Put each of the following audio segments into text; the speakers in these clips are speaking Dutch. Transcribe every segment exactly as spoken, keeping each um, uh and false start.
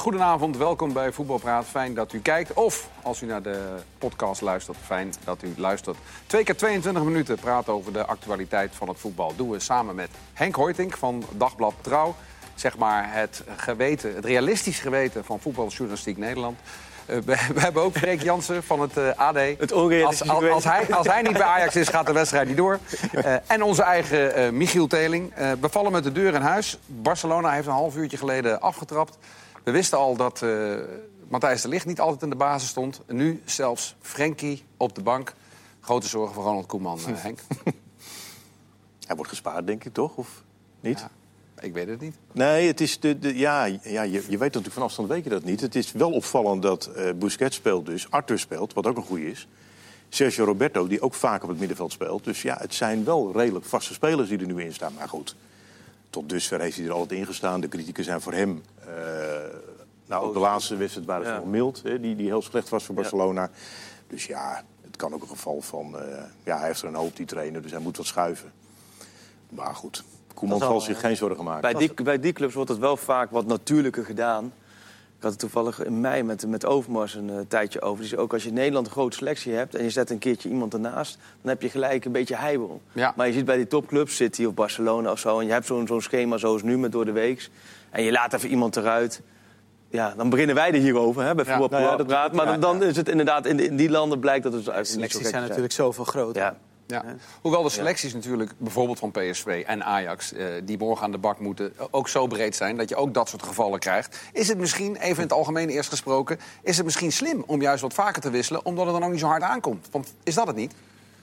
Goedenavond, welkom bij Voetbalpraat. Fijn dat u kijkt. Of als u naar de podcast luistert, fijn dat u luistert. Twee keer tweeëntwintig minuten praten over de actualiteit van het voetbal. Doen we samen met Henk Hoytink van Dagblad Trouw. Zeg maar het geweten, het realistisch geweten van voetbaljournalistiek Nederland. Uh, we, we hebben ook Freek Jansen van het uh, A D. Het onrealistisch als, als, als, hij, als hij niet bij Ajax is, gaat de wedstrijd niet door. Uh, en onze eigen uh, Michiel Teling. Uh, we vallen met de deur in huis. Barcelona heeft een half uurtje geleden afgetrapt. We wisten al dat uh, Matthijs de Ligt niet altijd in de basis stond. En nu zelfs Frenkie op de bank. Grote zorgen voor Ronald Koeman, uh, Henk. Hij wordt gespaard, denk ik, toch? Of niet? Ja, ik weet het niet. Nee, het is de, de, ja, ja, je, je weet natuurlijk van afstand weet je dat niet. Het is wel opvallend dat uh, Busquets speelt dus. Arthur speelt, wat ook een goeie is. Sergio Roberto, die ook vaak op het middenveld speelt. Dus ja, het zijn wel redelijk vaste spelers die er nu in staan. Maar goed, tot dusver heeft hij er altijd in gestaan. De kritieken zijn voor hem... Uh, nou, ook de laatste wedstrijd waren ze ja. nog mild. Hè, die, die heel slecht was voor Barcelona. Ja. Dus ja, het kan ook een geval van... Uh, ja, hij heeft er een hoop, die trainer, dus hij moet wat schuiven. Maar goed, Koeman zal zich geen zorgen maken. Bij die, bij die clubs wordt het wel vaak wat natuurlijker gedaan. Ik had het toevallig in mei met, met Overmars een uh, tijdje over. Die zei ook, als je in Nederland een grote selectie hebt... en je zet een keertje iemand ernaast... dan heb je gelijk een beetje heibel. Ja. Maar je ziet bij die topclubs, City of Barcelona of zo... en je hebt zo'n zo'n schema zoals nu met door de weeks... en je laat even iemand eruit... Ja, dan beginnen wij er hierover, hè, bij ja, voetbal nou ja, praat. Maar ja, dan ja. is het inderdaad, in, de, in die landen blijkt dat het eigenlijk niet zo selecties gek zijn natuurlijk zoveel groter. Ja. Ja. Hoewel de selecties ja. natuurlijk, bijvoorbeeld van P S V en Ajax... Uh, die morgen aan de bak moeten, ook zo breed zijn... dat je ook dat soort gevallen krijgt. Is het misschien, even in het algemeen eerst gesproken... is het misschien slim om juist wat vaker te wisselen... omdat het dan ook niet zo hard aankomt? Want is dat het niet?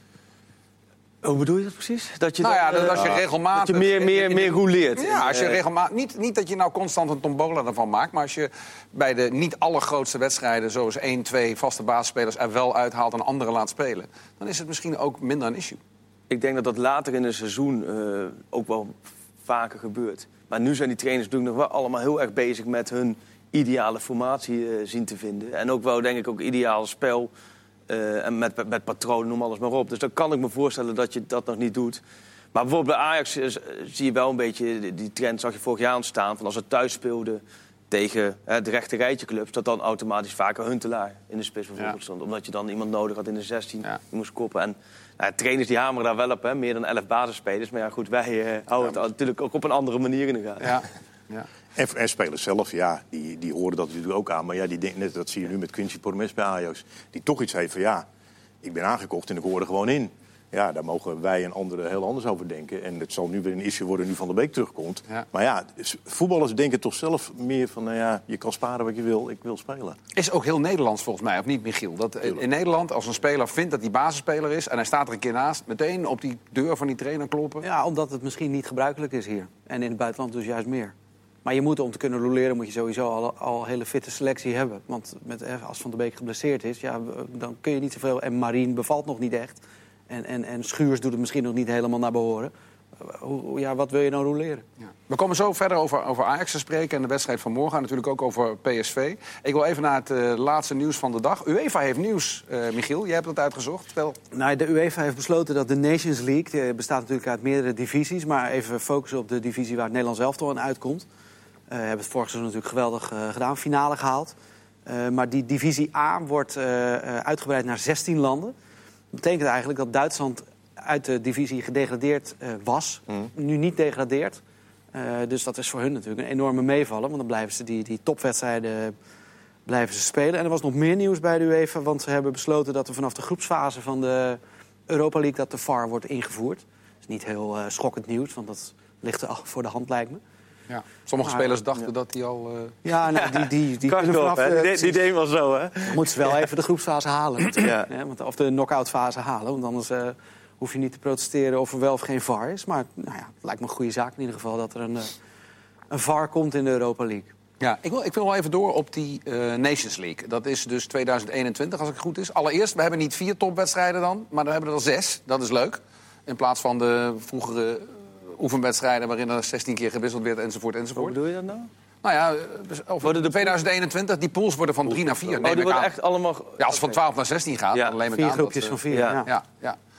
Hoe bedoel je dat precies? Dat je nou dan, ja, dat uh, als je regelmatig... Dat je meer, meer, meer rouleert. Ja, als je regelmatig... Niet, niet dat je nou constant een tombola ervan maakt... maar als je bij de niet allergrootste wedstrijden... zoals één, twee vaste basisspelers er wel uithaalt... en anderen laat spelen... dan is het misschien ook minder een issue. Ik denk dat dat later in het seizoen uh, ook wel vaker gebeurt. Maar nu zijn die trainers natuurlijk nog wel allemaal heel erg bezig... met hun ideale formatie uh, zien te vinden. En ook wel, denk ik, ook ideaal spel... Uh, en met, met, met patronen, noem alles maar op. Dus dan kan ik me voorstellen dat je dat nog niet doet. Maar bijvoorbeeld bij Ajax uh, zie je wel een beetje... Die, die trend zag je vorig jaar ontstaan... van als het thuis speelde tegen uh, de rechte rijtje clubs... dat dan automatisch vaker Huntelaar in de spits bijvoorbeeld ja. stond. Omdat je dan iemand nodig had in de zestien, ja. die moest koppen. En nou, trainers die hameren daar wel op, hè, meer dan elf basisspelers. Maar ja, goed, wij uh, houden ja. het natuurlijk ook op een andere manier in de gaten. Ja. Ja. En, en spelers zelf, ja, die, die horen dat natuurlijk ook aan. Maar ja, die denken, net, dat zie je nu met Quincy Promes bij Ajax. Die toch iets heeft van, ja, ik ben aangekocht en ik hoor er gewoon in. Ja, daar mogen wij en anderen heel anders over denken. En het zal nu weer een issue worden nu Van der Beek terugkomt. Ja. Maar ja, voetballers denken toch zelf meer van... nou ja, je kan sparen wat je wil, ik wil spelen. Is ook heel Nederlands volgens mij, of niet, Michiel? Dat in Nederland, als een speler vindt dat hij basisspeler is... en hij staat er een keer naast, meteen op die deur van die trainer kloppen? Ja, omdat het misschien niet gebruikelijk is hier. En in het buitenland dus juist meer. Maar je moet, om te kunnen roleren, moet je sowieso al, al een hele fitte selectie hebben. Want met, als Van der Beek geblesseerd is, ja, dan kun je niet zoveel... En Marien bevalt nog niet echt. En, en, en Schuurs doet het misschien nog niet helemaal naar behoren. Hoe, ja, wat wil je nou roleren? Ja. We komen zo verder over, over Ajax te spreken en de wedstrijd van morgen. En natuurlijk ook over P S V. Ik wil even naar het uh, laatste nieuws van de dag. UEFA heeft nieuws, uh, Michiel. Jij hebt dat uitgezocht. Vertel. Nou, de UEFA heeft besloten dat de Nations League... die bestaat natuurlijk uit meerdere divisies... maar even focussen op de divisie waar het Nederlands elftal aan uitkomt. We uh, hebben het vorig seizoen natuurlijk geweldig uh, gedaan. Finale gehaald. Uh, maar die divisie A wordt uh, uh, uitgebreid naar zestien landen. Dat betekent eigenlijk dat Duitsland uit de divisie gedegradeerd uh, was. Mm. Nu niet degradeert. Uh, dus dat is voor hun natuurlijk een enorme meevallen. Want dan blijven ze die, die topwedstrijden blijven ze spelen. En er was nog meer nieuws bij de UEFA. Want ze hebben besloten dat er vanaf de groepsfase van de Europa League... dat de V A R wordt ingevoerd. Dat is niet heel uh, schokkend nieuws. Want dat ligt al voor de hand, lijkt me. Ja. Sommige maar, spelers dachten ja. dat die al... Uh... Ja, nou, die, die, die kunnen vanaf... Op, die, die deed wel zo, hè? Moeten ze wel even de groepsfase halen. Ja. Ja, want, of de knock-out fase halen. Want anders uh, hoef je niet te protesteren of er wel of geen V A R is. Maar nou ja, het lijkt me een goede zaak in ieder geval... dat er een, uh, een V A R komt in de Europa League. Ja, ik wil, ik wil wel even door op die uh, Nations League. Dat is dus tweeduizend eenentwintig, als het goed is. Allereerst, we hebben niet vier topwedstrijden dan, maar dan hebben we er zes. Dat is leuk. In plaats van de vroegere oefenwedstrijden... waarin er zestien keer gewisseld werd, enzovoort, enzovoort. Hoe bedoel je dat nou? Nou ja, over de tweeduizend eenentwintig, die pools worden van drie naar vier. Oh, die worden echt allemaal... Ja, als het van twaalf naar zestien gaat, ja, dan alleen maar vier aan groepjes dat, van vier. Ja, ja. ja, ja.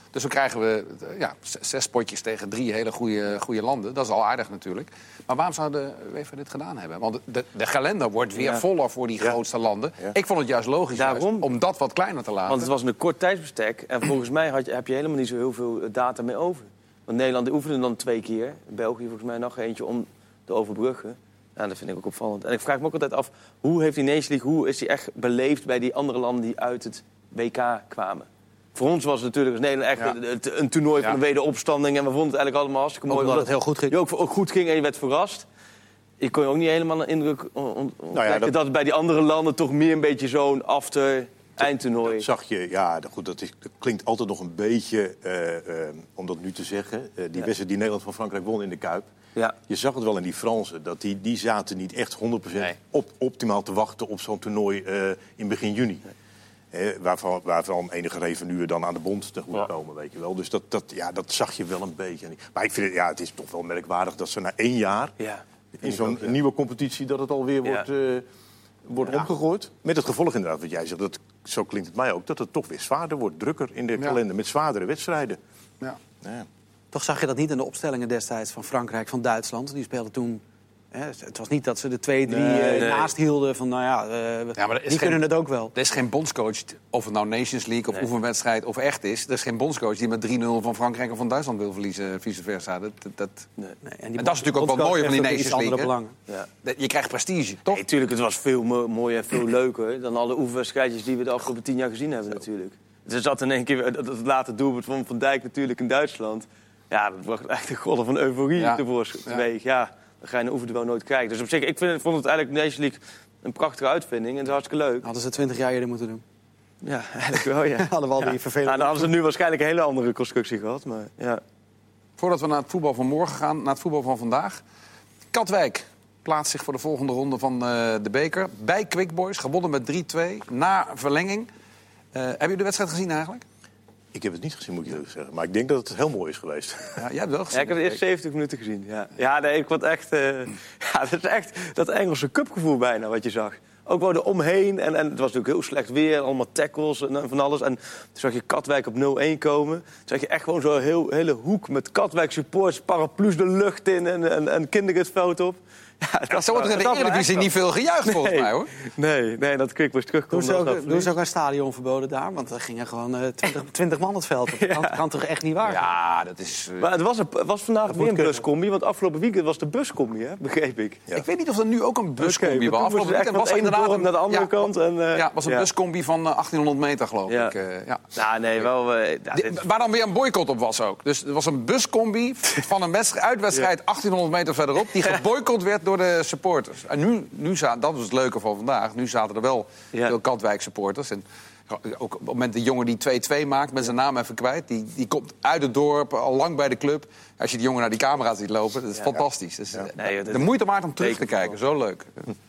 Dus dan krijgen we ja, zes potjes tegen drie hele goede, goede landen. Dat is al aardig natuurlijk. Maar waarom zou de UEFA dit gedaan hebben? Want de, de kalender wordt weer ja. voller voor die ja. grootste landen. Ja. Ik vond het juist logisch juist om dat wat kleiner te laten. Want het was een kort tijdsbestek. En volgens mij had je, heb je helemaal niet zo heel veel data meer over. Want Nederland oefende dan twee keer. België volgens mij nog eentje om te overbruggen. Ja, dat vind ik ook opvallend. En ik vraag me ook altijd af, hoe heeft die Nations League, hoe is die echt beleefd bij die andere landen die uit het W K kwamen? Voor ons was het natuurlijk als Nederland echt ja. een toernooi van ja. de wederopstanding. En we vonden het eigenlijk allemaal hartstikke mooi. Omdat het heel goed ging. Je ook, ook goed ging en je werd verrast. Ik kon je ook niet helemaal een indruk ontdekken nou ja, dat... dat het bij die andere landen toch meer een beetje zo'n after... eindtoernooi. Dat zag je, ja, goed, dat, is, dat klinkt altijd nog een beetje, uh, uh, om dat nu te zeggen... Uh, die ja. wedstrijd die Nederland van Frankrijk won in de Kuip... Ja. Je zag het wel in die Fransen, dat die, die zaten niet echt honderd procent nee. op, optimaal te wachten op zo'n toernooi uh, in begin juni. Nee. Eh, waarvan, waarvan enige revenue dan aan de bond te goed ja. komen, weet je wel. Dus dat, dat, ja, dat zag je wel een beetje. Maar ik vind het, ja, het is toch wel merkwaardig dat ze na één jaar... Ja. in zo'n ook, ja. nieuwe competitie, dat het alweer ja. wordt... Uh, wordt ja. opgegooid. Met het gevolg inderdaad wat jij zegt, dat, zo klinkt het mij ook... dat het toch weer zwaarder wordt, drukker in de ja. kalender... met zwaardere wedstrijden. Ja. Ja. Toch zag je dat niet in de opstellingen destijds van Frankrijk, van Duitsland. Die speelden toen... Hè, het was niet dat ze de twee, drie nee, uh, nee. naast hielden van... nou ja, uh, ja maar die geen, kunnen het ook wel. Er is geen bondscoach, of het nou Nations League of nee. oefenwedstrijd of echt is... er is geen bondscoach die met drie nul van Frankrijk of van Duitsland wil verliezen, vice versa. Dat, dat, nee. Nee. En, en dat is natuurlijk ook wel mooi van die Nations League. Ja. Je krijgt prestige, toch? Nee, tuurlijk, het was veel mo- mooier en veel leuker... dan alle oefenwedstrijdjes die we de afgelopen tien jaar gezien hebben, Zo. natuurlijk. Er zat in één keer het, het late doelpunt van Van Dijk natuurlijk in Duitsland... Ja, dat bracht echt een golf van euforie ja. teweeg. Ja. ja, dan ga je een oefenduel nooit krijgen. Dus op zich, ik vind, vond het eigenlijk de Nations League een prachtige uitvinding. En het is hartstikke leuk. Hadden ze twintig jaar eerder moeten doen. Ja, eigenlijk wel, ja. hadden we al ja. die vervelende... Ja, dan hadden ze nu waarschijnlijk een hele andere constructie gehad. Maar, ja. Voordat we naar het voetbal van morgen gaan, naar het voetbal van vandaag. Katwijk plaatst zich voor de volgende ronde van uh, de beker. Bij Quick Boys, gewonnen met drie twee, na verlenging. Uh, hebben jullie de wedstrijd gezien eigenlijk? Ik heb het niet gezien, moet ik eerlijk zeggen. Maar ik denk dat het heel mooi is geweest. Ja, jij hebt wel gezien. Ja, ik heb de eerste zeventig minuten gezien. Ja, ja nee, ik vond echt... Uh, ja, dat is echt dat Engelse cupgevoel bijna, wat je zag. Ook wel eromheen. En, en het was natuurlijk heel slecht weer. Allemaal tackles en, en van alles. En toen zag je Katwijk op nul één komen. Toen zag je echt gewoon zo'n heel, hele hoek met Katwijk supporters. Paraplu's de lucht in en, en, en kinderen het veld op. Ja, dat zo wordt er in de Eredivisie niet veel gejuicht, nee, volgens mij, hoor. Nee, nee, dat Quick Boys terugkomt. Doen ze ook, doen ze ook een stadion verboden daar? Want er gingen gewoon uh, twintig man het veld op. Dat ja. kan, kan toch echt niet waar zijn? Ja, dat is... Uh... Maar het was, een, was vandaag weer een buscombi. Want afgelopen weekend was de buscombi, hè? Begreep ik. Ja. Ik weet niet of er nu ook een buscombi okay, was. Afgelopen weekend was inderdaad een... naar de andere ja, kant. En, uh, ja, het was een ja. buscombi van uh, achttienhonderd meter, geloof ja. ik. Uh, ja. ja, nee, wel... Uh, ja, De, waar dan weer een boycott op was ook. Dus er was een buscombi van een wedstrijd, uitwedstrijd ja. achttienhonderd meter verderop... die geboycott werd door de supporters. En nu, nu zaten, dat was het leuke van vandaag. Nu zaten er wel ja. veel Katwijk supporters. En ook op het moment de jongen die twee twee maakt, met zijn naam even kwijt. Die, die komt uit het dorp, al lang bij de club. Als je die jongen naar die camera ziet lopen, dat is ja, fantastisch. Dus, ja. nee, de moeite waard om terug te kijken, zo leuk.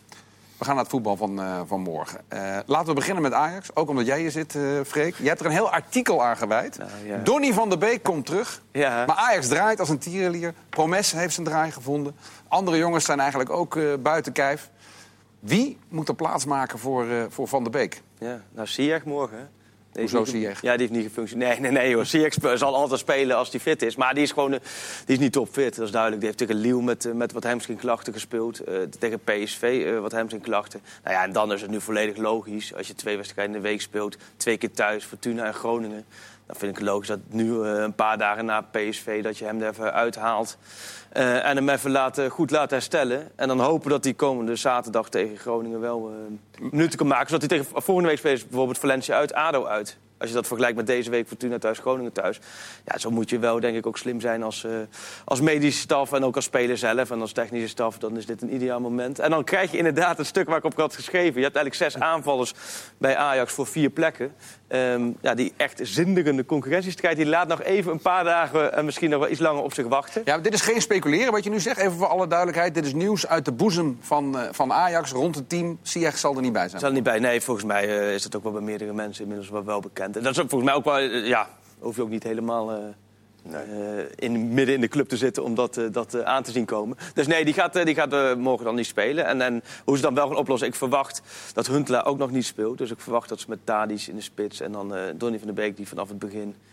We gaan naar het voetbal van, uh, van morgen. Uh, laten we beginnen met Ajax. Ook omdat jij hier zit, uh, Freek. Je hebt er een heel artikel aan gewijd. Nou, ja. Donny van der Beek komt terug. Ja. Maar Ajax draait als een tierenlier. Promes heeft zijn draai gevonden. Andere jongens zijn eigenlijk ook uh, buiten kijf. Wie moet er plaats maken voor, uh, voor Van der Beek? Ja, nou, Ziyech morgen, hè? Hoezo Ziyech? Ja, die heeft niet gefunctioneerd. Nee, nee, nee, hoor. Ziyech zal altijd spelen als hij fit is. Maar die is gewoon uh, die is niet topfit, dat is duidelijk. Die heeft tegen Lille met, uh, met wat hamstringklachten gespeeld. Uh, tegen P S V uh, wat hamstringklachten. Nou ja, en dan is het nu volledig logisch. Als je twee wedstrijden in de week speelt, twee keer thuis, Fortuna en Groningen. Dan vind ik het logisch dat nu uh, een paar dagen na P S V dat je hem er even uithaalt. Uh, en hem even laten, goed laten herstellen. En dan hopen dat hij komende zaterdag tegen Groningen wel uh, minuten kan maken. Zodat hij tegen volgende week speelt bijvoorbeeld Valencia uit, A D O uit. Als je dat vergelijkt met deze week Fortuna thuis, Groningen thuis. Ja, zo moet je wel denk ik ook slim zijn als, uh, als medische staf en ook als speler zelf. En als technische staf, dan is dit een ideaal moment. En dan krijg je inderdaad het stuk waar ik op had geschreven. Je hebt eigenlijk zes aanvallers bij Ajax voor vier plekken. Um, ja, die echt zinderende concurrentiestrijd, die laat nog even een paar dagen en misschien nog wel iets langer op zich wachten. Ja, dit is geen speculeren wat je nu zegt. Even voor alle duidelijkheid. Dit is nieuws uit de boezem van, uh, van Ajax rond het team. Ziyech zal er niet bij zijn. Zal er niet bij. Nee, volgens mij uh, is dat ook wel bij meerdere mensen inmiddels wel, wel bekend. En dat is volgens mij ook wel, uh, ja, hoef je ook niet helemaal... Uh, Nee. Uh, in, midden in de club te zitten om dat, uh, dat uh, aan te zien komen. Dus nee, die gaat, uh, die gaat uh, morgen dan niet spelen. En, en hoe ze dan wel gaan oplossen, ik verwacht dat Huntelaar ook nog niet speelt. Dus ik verwacht dat ze met Tadic in de spits en dan uh, Donny van der Beek die vanaf het begin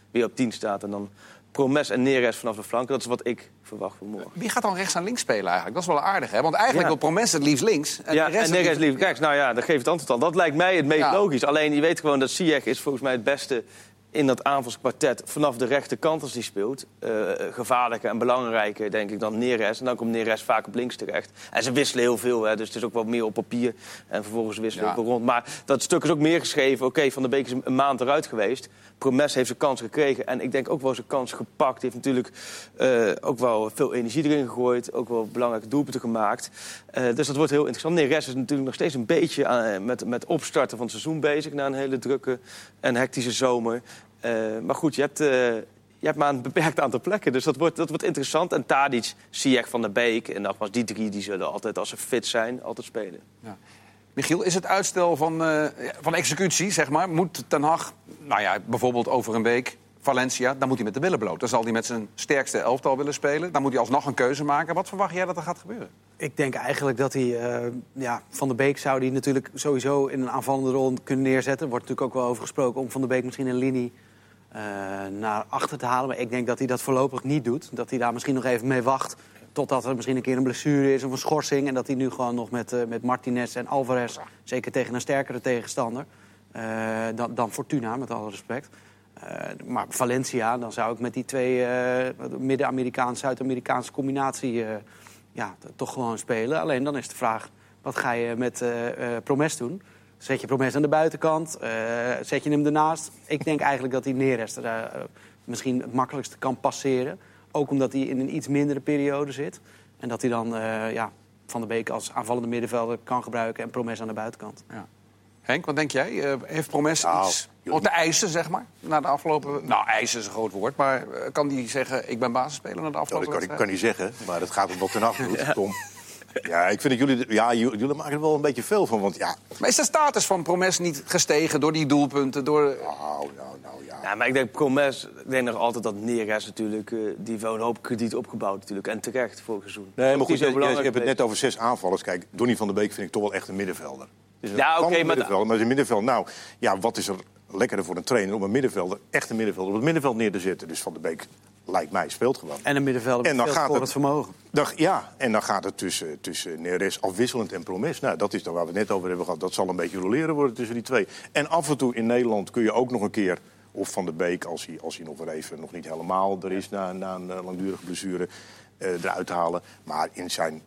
weer op tien staat. En dan Promes en Neres vanaf de flank. Dat is wat ik verwacht voor morgen. Wie gaat dan rechts aan links spelen eigenlijk? Dat is wel aardig, hè? Want eigenlijk Ja. wil Promes het liefst links. En Ja, de rest en het Neres liefst- lief. Kijk, nou ja, dat geeft het antwoord al. Dat lijkt mij het meest Ja. logisch. Alleen je weet gewoon dat Ziyech is volgens mij het beste in dat aanvalskwartet vanaf de rechterkant als die speelt. Uh, gevaarlijker en belangrijker, denk ik, dan Neres. En dan komt Neres vaak op links terecht. En ze wisselen heel veel, hè, dus het is ook wat meer op papier. En vervolgens wisselen Ja. we rond. Maar dat stuk is ook meer geschreven. Oké, okay, Van der Beek is een maand eruit geweest. Promes heeft zijn kans gekregen. En ik denk ook wel zijn kans gepakt. Hij heeft natuurlijk uh, ook wel veel energie erin gegooid. Ook wel belangrijke doelpunten gemaakt. Uh, dus dat wordt heel interessant. Neres is natuurlijk nog steeds een beetje aan, met, met opstarten van het seizoen bezig. Na een hele drukke en hectische zomer. Uh, maar goed, je hebt, uh, je hebt maar een beperkt aantal plekken. Dus dat wordt, dat wordt interessant. En Tadic, Ziyech, Van der Beek en nogmaals, die drie die zullen altijd, als ze fit zijn, altijd spelen. Ja. Michiel, is het uitstel van, uh, van executie, zeg maar, moet Ten Hag, nou ja, bijvoorbeeld over een week, Valencia, dan moet hij met de billen bloot. Dan zal hij met zijn sterkste elftal willen spelen. Dan moet hij alsnog een keuze maken. Wat verwacht jij dat er gaat gebeuren? Ik denk eigenlijk dat hij... Uh, ja, Van der Beek zou hij natuurlijk sowieso in een aanvallende rol kunnen neerzetten. Er wordt natuurlijk ook wel over gesproken om Van der Beek misschien een linie uh, naar achter te halen. Maar ik denk dat hij dat voorlopig niet doet. Dat hij daar misschien nog even mee wacht totdat er misschien een keer een blessure is of een schorsing. En dat hij nu gewoon nog met, uh, met Martinez en Alvarez, zeker tegen een sterkere tegenstander, uh, dan, dan Fortuna, met alle respect. Uh, maar Valencia, dan zou ik met die twee uh, Midden-Amerikaanse, Zuid-Amerikaanse combinatie uh, ja, toch gewoon spelen. Alleen dan is de vraag, wat ga je met uh, uh, Promes doen? Zet je Promes aan de buitenkant? Uh, zet je hem ernaast? Ik denk eigenlijk dat hij Neres er uh, misschien het makkelijkste kan passeren. Ook omdat hij in een iets mindere periode zit. En dat hij dan uh, ja, Van der Beek als aanvallende middenvelder kan gebruiken en Promes aan de buitenkant. Ja. Henk, wat denk jij? Uh, heeft Promes nou, iets op de eisen, zeg maar, na de afgelopen... Nou, eisen is een groot woord, maar uh, kan die zeggen, ik ben basisspeler na de afgelopen Nou, dat kan ik kan niet zeggen, maar het gaat om wat Ten Hag doet, ja. Tom. Ja, ik vind dat jullie... Ja, jullie maken er wel een beetje veel van, want ja... Maar is de status van Promes niet gestegen door die doelpunten, door... Nou, nou, nou, ja. Ja, maar ik denk Promes, ik denk nog altijd dat Neres natuurlijk, uh, die heeft wel een hoop krediet opgebouwd natuurlijk. En terecht vorig seizoen. Nee, maar goed, je, je, je hebt het net over zes aanvallers. Kijk, Donny van der Beek vind ik toch wel echt een middenvelder. Dus een ja, oké, okay, maar... middenvelder, maar is een middenveld. Nou, ja, wat is er lekkerder voor een trainer om een middenvelder, echt een middenvelder, op het middenveld neer te zetten. Dus Van der Beek, lijkt mij, speelt gewoon. En een middenvelder met veel scorend vermogen. Dan, ja, en dan gaat het tussen, tussen Neres afwisselend en Promes. Nou, dat is dan waar we het net over hebben gehad. Dat zal een beetje roleren worden tussen die twee. En af en toe in Nederland kun je ook nog een keer... of Van der Beek, als hij, als hij nog weer even nog niet helemaal er is... na, na een langdurige blessure, uh, eruit halen. Maar in zijn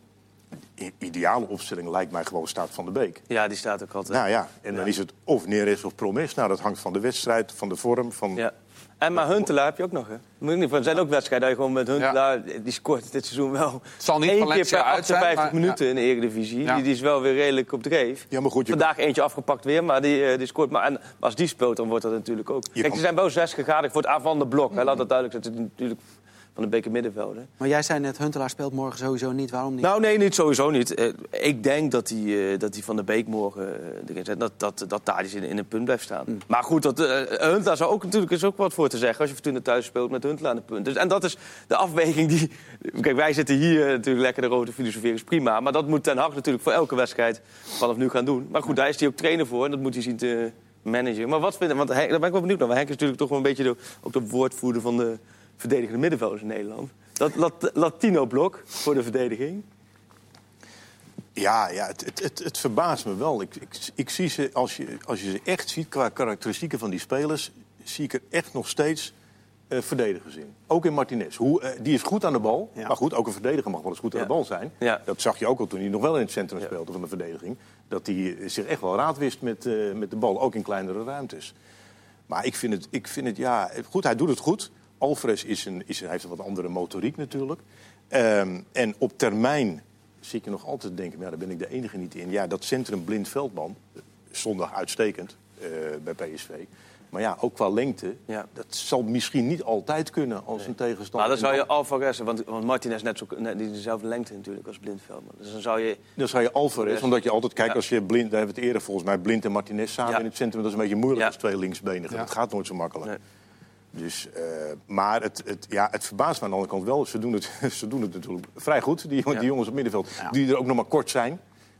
ideale opstelling lijkt mij gewoon staat Van der Beek. Ja, die staat ook altijd. Nou ja, en dan is het of Neres of Promes. Nou, dat hangt van de wedstrijd, van de vorm, van... Ja. En maar Huntelaar heb je ook nog, hè? Moet ik niet, er zijn ook wedstrijden dat je gewoon met Huntelaar... Ja. Die scoort dit seizoen wel het zal niet één Valencia keer per achtenvijftig uit zijn, maar, minuten ja. in de Eredivisie. Ja. Die, die is wel weer redelijk op dreef. Ja, maar goed, je... Vandaag eentje afgepakt weer, maar die, die scoort. Maar en als die speelt, dan wordt dat natuurlijk ook... Kijk, kan... er zijn wel zes gegaan voor het aanvallende blok. Hè? Laat dat duidelijk zijn. Het is natuurlijk Van de Beek in middenvelden. Maar jij zei net, Huntelaar speelt morgen sowieso niet. Waarom niet? Nou, nee, niet, sowieso niet. Uh, ik denk dat hij uh, dat Van der Beek morgen uh, erin zet. Dat, dat, dat Tadic in, in een punt blijft staan. Mm. Maar goed, dat, uh, Huntelaar zou ook natuurlijk is ook wat voor te zeggen... als je Fortuna thuis speelt met Huntelaar aan de punt. Dus, en dat is de afweging die... Kijk, wij zitten hier uh, natuurlijk lekker erover te filosoferen, is prima. Maar dat moet Ten Hag natuurlijk voor elke wedstrijd vanaf nu gaan doen. Maar goed, daar is hij ook trainer voor en dat moet hij zien te managen. Maar wat vinden... Want Henk, daar ben ik wel benieuwd naar. Want Henk is natuurlijk toch wel een beetje de, ook de woordvoerder van de verdedigende middenvelders in Nederland. Dat lat, Latino-blok voor de verdediging. Ja, ja het, het, het, het verbaast me wel. Ik, ik, ik zie ze, als je, als je ze echt ziet qua karakteristieken van die spelers... zie ik er echt nog steeds uh, verdedigers in. Ook in Martinez. Hoe, uh, die is goed aan de bal. Ja. Maar goed, ook een verdediger mag wel eens goed aan ja. de bal zijn. Ja. Dat zag je ook al toen hij nog wel in het centrum ja. speelde van de verdediging. Dat hij zich echt wel raad wist met, uh, met de bal. Ook in kleinere ruimtes. Maar ik vind het, ik vind het ja... Goed, hij doet het goed... Alvarez is een, is een, heeft een wat andere motoriek natuurlijk. Um, en op termijn zie ik je nog altijd denken... Ja, daar ben ik de enige niet in. Ja, dat centrum Blind Veldman, zondag uitstekend uh, bij P S V. Maar ja, ook qua lengte, ja. dat zal misschien niet altijd kunnen als nee. een tegenstander... Maar dan zou je Alvarez, want, want Martinez net zo, net dezelfde lengte natuurlijk als Blind Veldman. Dus dan zou je... Dan zou je Alvarez, omdat je altijd kijkt ja. als je Blind... Daar hebben we het eerder volgens mij, Blind en Martinez samen ja. in het centrum. Dat is een beetje moeilijk ja. als twee linksbenigen. Ja. Dat gaat nooit zo makkelijk. Nee. Dus, uh, maar het, het, ja, het verbaast me aan de andere kant wel. Ze doen het, ze doen het natuurlijk vrij goed, die, ja. die jongens op middenveld. Ja. Die er ook nog maar kort zijn.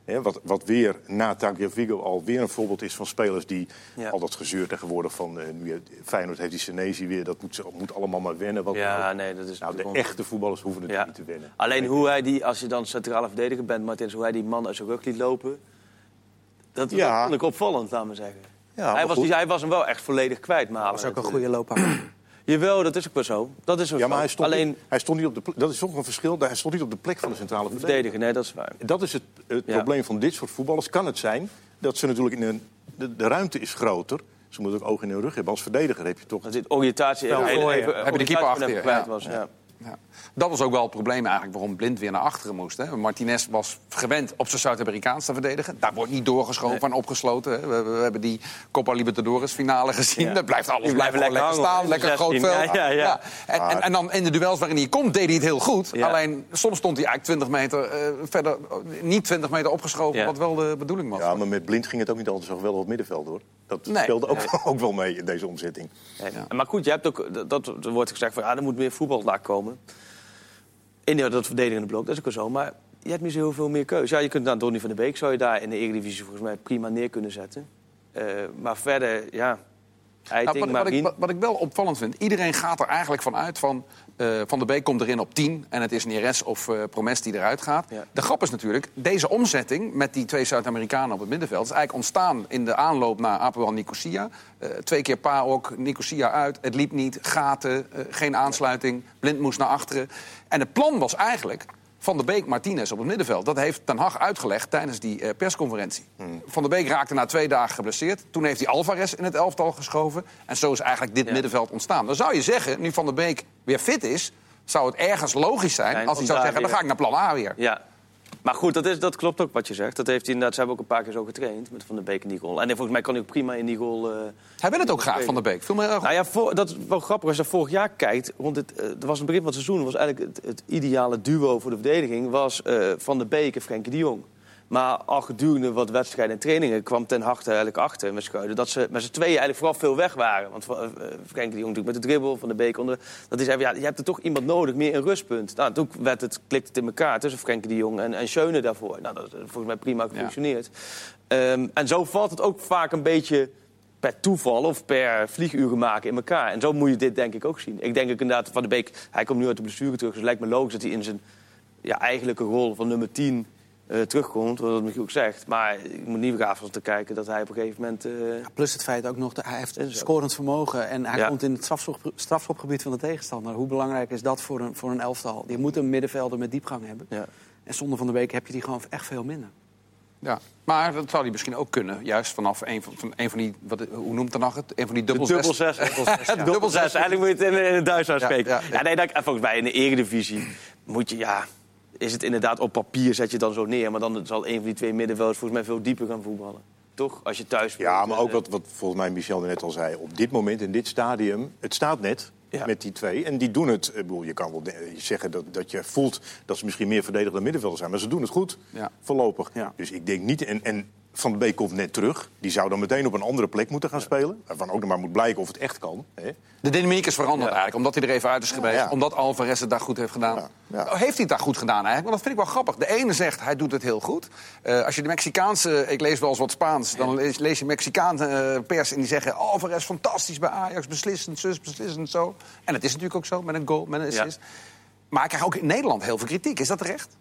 Hè, wat, wat weer na Tagliafico alweer een voorbeeld is van spelers die... Ja. al dat gezeur tegenwoordig van... Uh, nu Feyenoord heeft die Senesi weer, dat moet, moet allemaal maar wennen. Wat ja, nee, dat is nou, de on... echte voetballers hoeven het ja. niet te wennen. Alleen hoe hij die, als je dan centrale verdediger bent, Martins, hoe hij die man uit zijn rug liet lopen... dat, ja. dat vond ik opvallend, laat maar zeggen. Ja, hij, was, die, hij was hem wel echt volledig kwijt. Maar Dat was ook een goede loopbaan. Jawel, dat is ook wel zo. Dat is ook ja, maar zo. hij stond, Alleen... niet, hij stond niet op de plek. Dat is toch een verschil. Hij stond niet op de plek van de centrale verdediger. verdediger. Nee, dat is waar. Dat is het, het ja. probleem van dit soort voetballers. Kan het zijn dat ze natuurlijk in een... De, de ruimte is groter. Ze moeten ook ogen in hun rug hebben. Als verdediger heb je toch... Dat dit oriëntatie even, Spel voor je. even, Heb je de keeper achter je, kwijt ja. was. Ja. Ja. Dat was ook wel het probleem eigenlijk waarom Blind weer naar achteren moest. Hè. Martinez was gewend op zijn Zuid-Amerikaans te verdedigen. Daar wordt niet doorgeschoven nee. en opgesloten. Hè. We, we, we hebben die Copa Libertadores finale gezien. Ja. Daar blijft alles blijft lekker, lekker staan. Lekker groot veld. Ja, ja, ja. ja. En, en, en dan in de duels waarin hij komt, deed hij het heel goed. Ja. Alleen soms stond hij eigenlijk twintig meter uh, verder, niet twintig meter opgeschoven, ja. wat wel de bedoeling was. Ja, maar met Blind ging het ook niet altijd zo geweldig op het middenveld, hoor. Dat nee. speelde ook, nee. ook wel mee in deze omzetting. Ja. Ja. Maar goed, je hebt ook, dat, dat, er wordt gezegd van, ja, er moet meer voetbal daar komen. In dat verdedigende blok, dat is ook wel zo. Maar je hebt niet zo heel veel meer keuze. Ja, je kunt naar Donny van de Beek, zou je daar in de Eredivisie volgens mij prima neer kunnen zetten. Uh, maar verder, ja... Eiting, nou, wat, wat, ik, wat, wat ik wel opvallend vind, iedereen gaat er eigenlijk van uit van... Uh, Van der Beek komt erin op tien en het is Neres of uh, Promes die eruit gaat. Ja. De grap is natuurlijk, deze omzetting met die twee Zuid-Amerikanen op het middenveld... is eigenlijk ontstaan in de aanloop naar Apoel Nicosia. Uh, twee keer Paok, Nicosia uit, het liep niet, gaten, uh, geen aansluiting. Blind moest naar achteren. En het plan was eigenlijk... Van der Beek, Martinez op het middenveld. Dat heeft Ten Hag uitgelegd tijdens die uh, persconferentie. Hmm. Van der Beek raakte na twee dagen geblesseerd. Toen heeft hij Alvarez in het elftal geschoven. En zo is eigenlijk dit ja. middenveld ontstaan. Dan zou je zeggen, nu Van der Beek weer fit is... zou het ergens logisch zijn ja, als hij zou zeggen... Weer. Dan ga ik naar plan A weer. Ja. Maar goed, dat, is, dat klopt ook wat je zegt. Dat heeft hij inderdaad, ze hebben ook een paar keer zo getraind met Van der Beek in die goal. En volgens mij kan hij ook prima in die goal... Uh, hij wil het ook graag, Van der Beek. Veel meer nou ja, voor, dat is wel grappig. Als je vorig jaar kijkt, rond het, uh, er was een begin van het seizoen... was eigenlijk het, het ideale duo voor de verdediging... was uh, Van der Beek en Frenkie de Jong. Maar al gedurende wat wedstrijden en trainingen kwam Ten Hag er eigenlijk achter met Schuiden... dat ze met z'n tweeën eigenlijk vooral veel weg waren. Want uh, Frenkie de Jong natuurlijk met de dribbel, Van der Beek onder... Dat is even, ja, je hebt er toch iemand nodig, meer een rustpunt. Nou, toen werd het, klikte het in elkaar tussen Frenkie de Jong en, en Schöne daarvoor. Nou, dat heeft volgens mij prima gefunctioneerd. Ja. Um, en zo valt het ook vaak een beetje... per toeval of per vlieguren maken in elkaar. En zo moet je dit denk ik ook zien. Ik denk ook inderdaad, Van der Beek, hij komt nu uit de blessure terug... dus het lijkt me logisch dat hij in zijn ja, eigenlijke rol van nummer tien... Uh, terugkomt, wat Michiel ook zegt. Maar ik moet niet vergaven om te kijken dat hij op een gegeven moment... Uh... Ja, plus het feit ook nog, dat hij heeft scorend vermogen... en hij ja. komt in het strafschop, strafschopgebied van de tegenstander. Hoe belangrijk is dat voor een, voor een elftal? Je moet een middenvelder met diepgang hebben. Ja. En zonder Van der Beek heb je die gewoon echt veel minder. Ja, maar dat zou hij misschien ook kunnen. Juist vanaf een van, van, een van die, wat, hoe noemt het nog het? Een van die dubbel zes. Dubbel zes. Ja. Dubbel zes. Eigenlijk moet je het in, in het Duits uitspreken. Ja, ja, ja. Ja, nee, dat, volgens mij in de Eredivisie moet je... ja. Is het inderdaad op papier, zet je dan zo neer... maar dan zal een van die twee middenvelders volgens mij veel dieper gaan voetballen. Toch? Als je thuis... Ja, maar ook wat, wat volgens mij Michel net al zei... op dit moment, in dit stadium, het staat net ja. met die twee. En die doen het... Ik bedoel, je kan wel zeggen dat, dat je voelt dat ze misschien meer verdedigend dan middenvelder zijn... maar ze doen het goed, ja. voorlopig. Ja. Dus ik denk niet... En, en Van der Beek komt net terug. Die zou dan meteen op een andere plek moeten gaan ja. spelen. Waarvan ook nog maar moet blijken of het echt kan. Hè? De dynamiek is veranderd ja. eigenlijk, omdat hij er even uit is geweest. Ja, ja. Omdat Alvarez het daar goed heeft gedaan. Ja, ja. Heeft hij het daar goed gedaan eigenlijk? Want dat vind ik wel grappig. De ene zegt, hij doet het heel goed. Uh, als je de Mexicaanse... Ik lees wel eens wat Spaans. Dan lees, lees je Mexicaanse uh, pers en die zeggen... Alvarez fantastisch bij Ajax, beslissend, zus, beslissend, zo. En dat is natuurlijk ook zo, met een goal, met een assist. Ja. Maar hij krijgt ook in Nederland heel veel kritiek. Is dat terecht?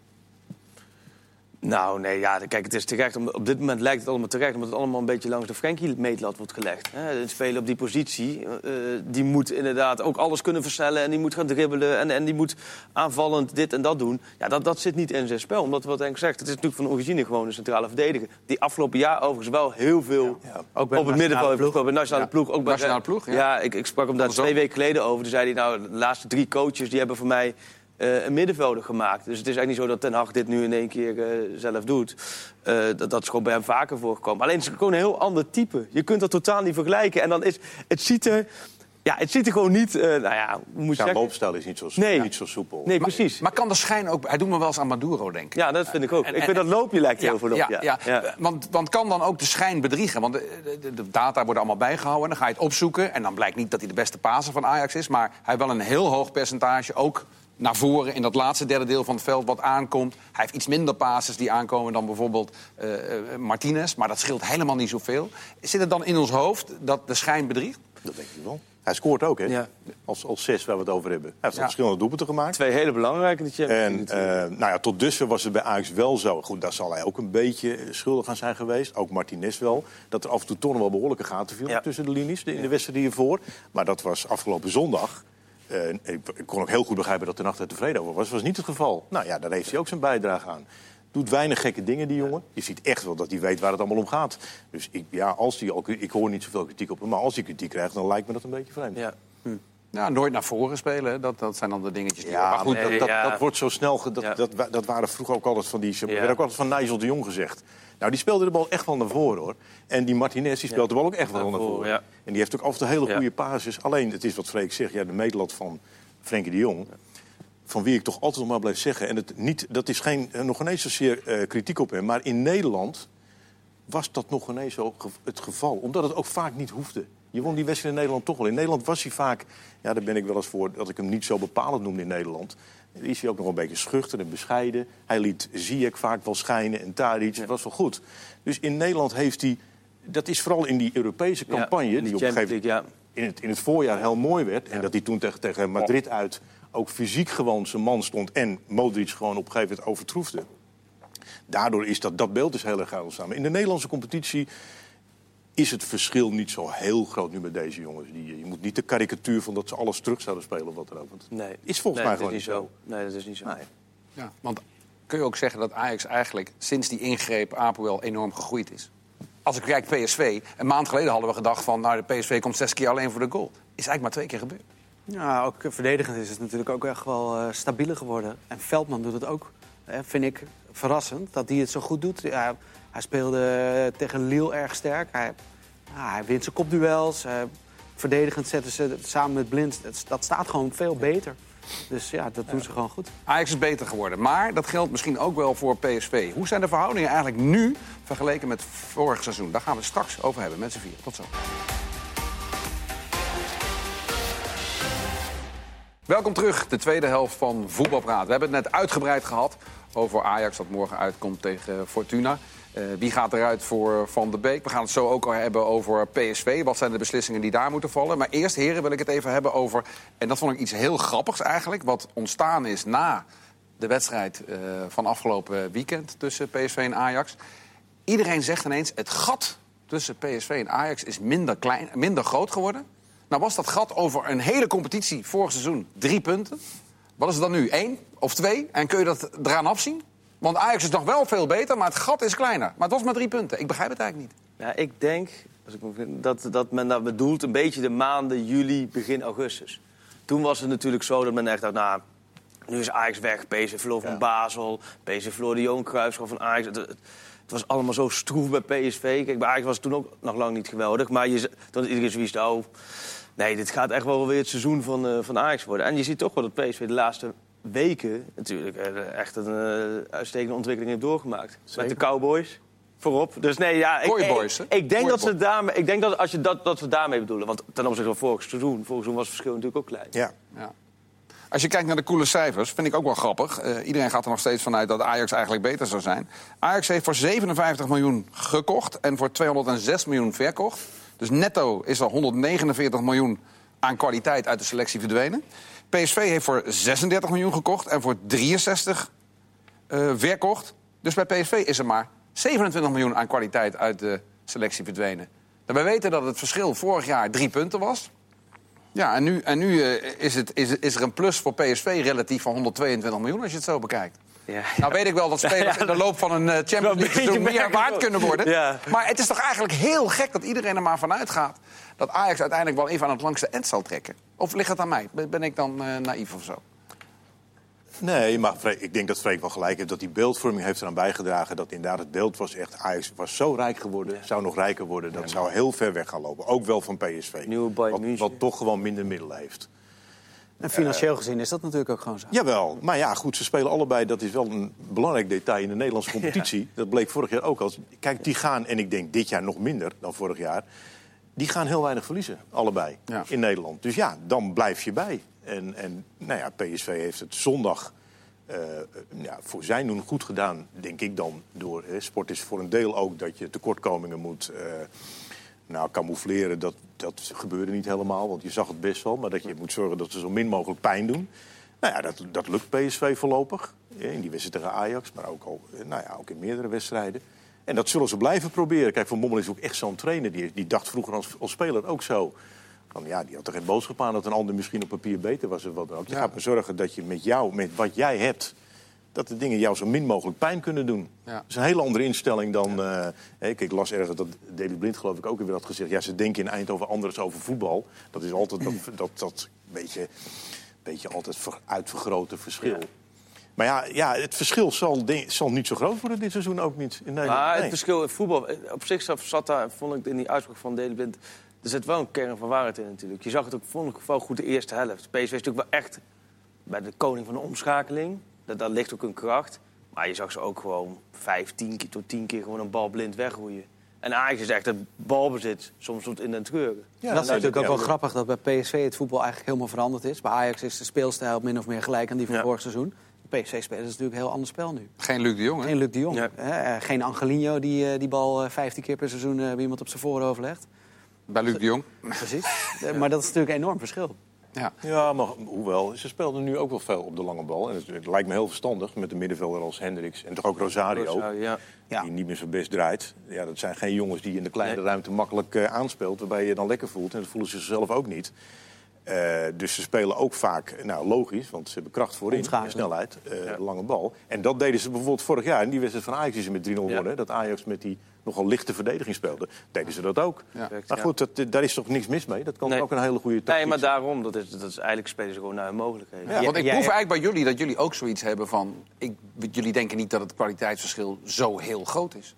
Nou, nee, ja, kijk, het is terecht. Op dit moment lijkt het allemaal terecht... omdat het allemaal een beetje langs de Frenkie-meetlat wordt gelegd. Een speler op die positie, uh, die moet inderdaad ook alles kunnen versnellen... en die moet gaan dribbelen en, en die moet aanvallend dit en dat doen. Ja, dat, dat zit niet in zijn spel, omdat wat Henk zegt... het is natuurlijk van origine gewoon een centrale verdediger... die afgelopen jaar overigens wel heel veel ja, ja. Ook bij op het middenveld heeft gespeeld. Bij de nationale ja. ploeg. Ook bij nationale ploeg, ja. Ja, ik, ik sprak hem daar twee weken geleden over. Toen zei hij, nou, de laatste drie coaches die hebben voor mij... Uh, een middenvelder gemaakt. Dus het is eigenlijk niet zo dat Ten Hag dit nu in één keer uh, zelf doet. Uh, dat, dat is gewoon bij hem vaker voorgekomen. Alleen het is gewoon een heel ander type. Je kunt dat totaal niet vergelijken. En dan is het ziet er... Ja, het ziet er gewoon niet... Uh, nou ja, moet Zijn loopstijl is niet zo, nee. niet zo soepel. Nee, precies. Maar, maar kan de schijn ook... Hij doet me wel eens aan Maduro denken. Ja, dat vind ik ook. En, en, ik vind dat loopje lijkt heel veel op. Ja, ja, ja. ja. Want, want kan dan ook de schijn bedriegen? Want de, de, de data worden allemaal bijgehouden. En dan ga je het opzoeken. En dan blijkt niet dat hij de beste passer van Ajax is. Maar hij heeft wel een heel hoog percentage ook... naar voren in dat laatste derde deel van het veld wat aankomt. Hij heeft iets minder passes die aankomen dan bijvoorbeeld uh, uh, Martinez. Maar dat scheelt helemaal niet zoveel. Zit het dan in ons hoofd dat de schijn bedriegt? Dat denk ik wel. Hij scoort ook, hè? Ja. Als, als zes waar we het over hebben. Hij heeft Ja. verschillende doelpunten gemaakt. Twee hele belangrijke in de Champions En League. uh, nou ja, tot dusver was het bij Ajax wel zo. Goed, daar zal hij ook een beetje schuldig aan zijn geweest. Ook Martinez wel. Dat er af en toe toch nog wel behoorlijke gaten viel Ja. tussen de linies. De, in de wedstrijd hiervoor. Maar dat was afgelopen zondag. Uh, ik, ik kon ook heel goed begrijpen dat de nacht er tevreden over was. Dat was niet het geval. Nou ja, daar heeft hij ook zijn bijdrage aan. Doet weinig gekke dingen, die jongen. Je ziet echt wel dat hij weet waar het allemaal om gaat. Dus ik, ja, als hij al, ik hoor niet zoveel kritiek op hem. Maar als hij kritiek krijgt, dan lijkt me dat een beetje vreemd. Ja. Ja, nooit naar voren spelen. Hè. Dat, dat zijn dan de dingetjes die... Ja, maar goed, nee, dat- dat, ja. dat wordt zo snel... ge- Dat, Ja. dat, dat, dat waren vroeger ook altijd van die... Er Ja. werd ook altijd van Nigel de Jong gezegd. Nou, die speelde de bal echt wel naar voren, hoor. En die Martinez, die speelt Ja. de bal ook echt wel Naar naar voren, voren. ja. En die heeft ook af en toe hele Ja. goede passes. Alleen, het is wat Freek zegt, ja, de meetlat van Frenkie de Jong... van wie ik toch altijd nog maar blijf zeggen... en het niet, dat is geen, eh, nog ineens zozeer uh, kritiek op hem... maar in Nederland was dat nog ineens zo ge- het geval. Omdat het ook vaak niet hoefde. Je won die wedstrijd in Nederland toch wel. In Nederland was hij vaak... ja, daar ben ik wel eens voor dat ik hem niet zo bepalend noemde in Nederland. Dan is hij ook nog een beetje schuchter en bescheiden. Hij liet Ziyech vaak wel schijnen en Tadic. Dat was wel goed. Dus in Nederland heeft hij... dat is vooral in die Europese campagne... Ja, in de die op een Champions gegeven moment League, ja. in het, in het voorjaar heel mooi werd... en dat hij toen tegen, tegen Madrid uit ook fysiek gewoon zijn man stond... en Modric gewoon op een gegeven moment overtroefde. Daardoor is dat, dat beeld is heel erg geil samen. In de Nederlandse competitie is het verschil niet zo heel groot nu met deze jongens. Die, je moet niet de karikatuur van dat ze alles terug zouden spelen of wat dan ook. Want het Nee. is volgens nee, mij dat gewoon is niet zo. Nee, dat is niet zo. Nee. Ja, want kun je ook zeggen dat Ajax eigenlijk sinds die ingreep Apoel enorm gegroeid is? Als ik kijk P S V, een maand geleden hadden we gedacht van... nou, de P S V komt zes keer alleen voor de goal. Is eigenlijk maar twee keer gebeurd. Ja, ook eh, verdedigend is het natuurlijk ook echt wel uh, stabieler geworden. En Veldman doet het ook, hè, vind ik, verrassend, dat hij het zo goed doet. Ja, hij speelde tegen Lille erg sterk. Hij, ja, hij wint zijn kopduels. Uh, verdedigend zetten ze samen met Blind. Dat, dat staat gewoon veel beter. Dus ja, dat doen ze gewoon goed. Ajax is beter geworden, maar dat geldt misschien ook wel voor P S V. Hoe zijn de verhoudingen eigenlijk nu vergeleken met vorig seizoen? Daar gaan we het straks over hebben met z'n vier. Tot zo. Welkom terug, de tweede helft van Voetbalpraat. We hebben het net uitgebreid gehad over Ajax dat morgen uitkomt tegen Fortuna. Uh, wie gaat eruit voor Van der Beek? We gaan het zo ook al hebben over P S V. Wat zijn de beslissingen die daar moeten vallen? Maar eerst, heren, wil ik het even hebben over... en dat vond ik iets heel grappigs eigenlijk... wat ontstaan is na de wedstrijd uh, van afgelopen weekend... tussen P S V en Ajax. Iedereen zegt ineens, het gat tussen P S V en Ajax is minder, klein, minder groot geworden. Nou was dat gat over een hele competitie vorig seizoen drie punten. Wat is het dan nu? Eén of twee? En kun je dat eraan afzien? Want Ajax is nog wel veel beter, maar het gat is kleiner. Maar het was maar drie punten. Ik begrijp het eigenlijk niet. Ja, ik denk als ik me, dat, dat men dat bedoelt een beetje de maanden juli, begin augustus. Toen was het natuurlijk zo dat men echt dacht... nou, nu is Ajax weg, P S V verloor van Ja. Basel... P S V verloor de Johan Cruijffschaal van Ajax. Het, het, het was allemaal zo stroef bij P S V. Kijk, bij Ajax was het toen ook nog lang niet geweldig. Maar je, dan iedereen zoiets, oh... nee, dit gaat echt wel weer het seizoen van, uh, van Ajax worden. En je ziet toch wel dat P S V de laatste weken... natuurlijk uh, echt een uh, uitstekende ontwikkeling heeft doorgemaakt. Zeker. Met de Cowboys voorop. Dus nee, ja... Ik, Cowboys, hè? ik, ik denk, dat, ze Cowboys. daarmee, ik denk dat, als je dat, dat we daarmee bedoelen... want ten opzichte van vorig seizoen... vorig seizoen was het verschil natuurlijk ook klein. Ja. Ja. Als je kijkt naar de coole cijfers, vind ik ook wel grappig. Uh, iedereen gaat er nog steeds vanuit dat Ajax eigenlijk beter zou zijn. Ajax heeft voor zevenenvijftig miljoen gekocht en voor tweehonderdzes miljoen verkocht. Dus netto is er honderdnegenenveertig miljoen aan kwaliteit uit de selectie verdwenen. P S V heeft voor zesendertig miljoen gekocht en voor drieënzestig uh, verkocht. Dus bij P S V is er maar zevenentwintig miljoen aan kwaliteit uit de selectie verdwenen. En wij weten dat het verschil vorig jaar drie punten was. Ja, en nu, en nu uh, is, het, is, is er een plus voor P S V relatief van honderdtweeëntwintig miljoen als je het zo bekijkt. Ja. Nou weet ik wel dat spelers in de loop van een uh, Champions League seizoen meer waard kunnen worden. Ja. Maar het is toch eigenlijk heel gek dat iedereen er maar vanuit gaat... dat Ajax uiteindelijk wel even aan het langste eind zal trekken. Of ligt het aan mij? Ben, ben ik dan uh, naïef of zo? Nee, maar Freek, ik denk dat Freek wel gelijk heeft. Dat die beeldvorming heeft eraan bijgedragen. Dat inderdaad het beeld was echt... Ajax was zo rijk geworden, ja. zou nog rijker worden. Dat ja, zou heel ver weg gaan lopen. Ook wel van P S V. Nieuwe Bayern wat, München. wat toch gewoon minder middelen heeft. En financieel gezien is dat natuurlijk ook gewoon zo. Jawel, maar ja, goed, ze spelen allebei. Dat is wel een belangrijk detail in de Nederlandse competitie. Ja. Dat bleek vorig jaar ook al. Kijk, die gaan, en ik denk dit jaar nog minder dan vorig jaar... die gaan heel weinig verliezen, allebei, ja. in Nederland. Dus ja, dan blijf je bij. En, en nou ja, P S V heeft het zondag uh, ja, voor zijn doen goed gedaan, denk ik dan. Door, hè, sport is voor een deel ook dat je tekortkomingen moet uh, nou, camoufleren. Dat, dat gebeurde niet helemaal, want je zag het best wel. Maar dat je moet zorgen dat ze zo min mogelijk pijn doen. Nou ja, dat, dat lukt P S V voorlopig. In die wedstrijd tegen Ajax, maar ook, al, nou ja, ook in meerdere wedstrijden. En dat zullen ze blijven proberen. Kijk, Van Bommel is ook echt zo'n trainer. Die, die dacht vroeger als, als speler ook zo. Van, ja, die had er geen boodschap aan dat een ander misschien op papier beter was. Of wat dan ook. Je ja. gaat maar zorgen dat je met jou, met wat jij hebt, dat de dingen jou zo min mogelijk pijn kunnen doen. Ja. Dat is een hele andere instelling dan... Ja. Uh, ik, ik las ergens dat David Blind geloof ik ook weer had gezegd. Ja, ze denken in Eindhoven anders over voetbal. Dat is altijd dat, dat, dat beetje, beetje altijd uitvergrote verschil. Ja. Maar ja, ja, het verschil zal, zal niet zo groot worden dit seizoen ook niet. In Nederland. Maar het nee. verschil in voetbal... Op zich zat daar, vond ik in die uitspraak van David Blind... Er zit wel een kern van waarheid in natuurlijk. Je zag het ook, vond ik wel goed de eerste helft. P S V is natuurlijk wel echt bij de koning van de omschakeling. Dat, daar ligt ook een kracht. Maar je zag ze ook gewoon vijf, tien keer tot tien keer gewoon een bal blind wegroeien. En Ajax is echt het balbezit, soms tot in den treuren. Ja, dat is natuurlijk ook wel ja, grappig dat bij P S V het voetbal eigenlijk helemaal veranderd is. Bij Ajax is de speelstijl min of meer gelijk aan die van ja. vorig seizoen. P S V spelen is natuurlijk een heel ander spel nu. Geen Luc de Jong, hè? Geen Luc de Jong. Ja. Uh, geen Angelino die uh, die bal vijftien keer per seizoen uh, bij iemand op zijn voorhoofd legt. Bij Luc de Jong. Precies. Ja. Maar dat is natuurlijk een enorm verschil. Ja, ja maar hoewel, ze speelden nu ook wel veel op de lange bal. En het, het lijkt me heel verstandig met de middenvelder als Hendricks. En toch ook Rosario, Rosario ja. die ja. niet meer zo best draait. Ja, dat zijn geen jongens die in de kleine nee. ruimte makkelijk uh, aanspeelt. Waarbij je je dan lekker voelt. En dat voelen ze zelf ook niet. Uh, dus ze spelen ook vaak, nou logisch, want ze hebben kracht voorin en snelheid, uh, ja. lange bal. En dat deden ze bijvoorbeeld vorig jaar in die wedstrijd van Ajax die ze met drie nul ja. wonnen. Dat Ajax met die nogal lichte verdediging speelde. Deden ze dat ook. Ja. Maar goed, dat, daar is toch niks mis mee? Dat kan nee. ook een hele goede tactiek Nee, maar daarom, dat is, dat is eigenlijk spelen ze gewoon naar hun mogelijkheden. Ja, want ik proef eigenlijk bij jullie dat jullie ook zoiets hebben van... Ik, jullie denken niet dat het kwaliteitsverschil zo heel groot is.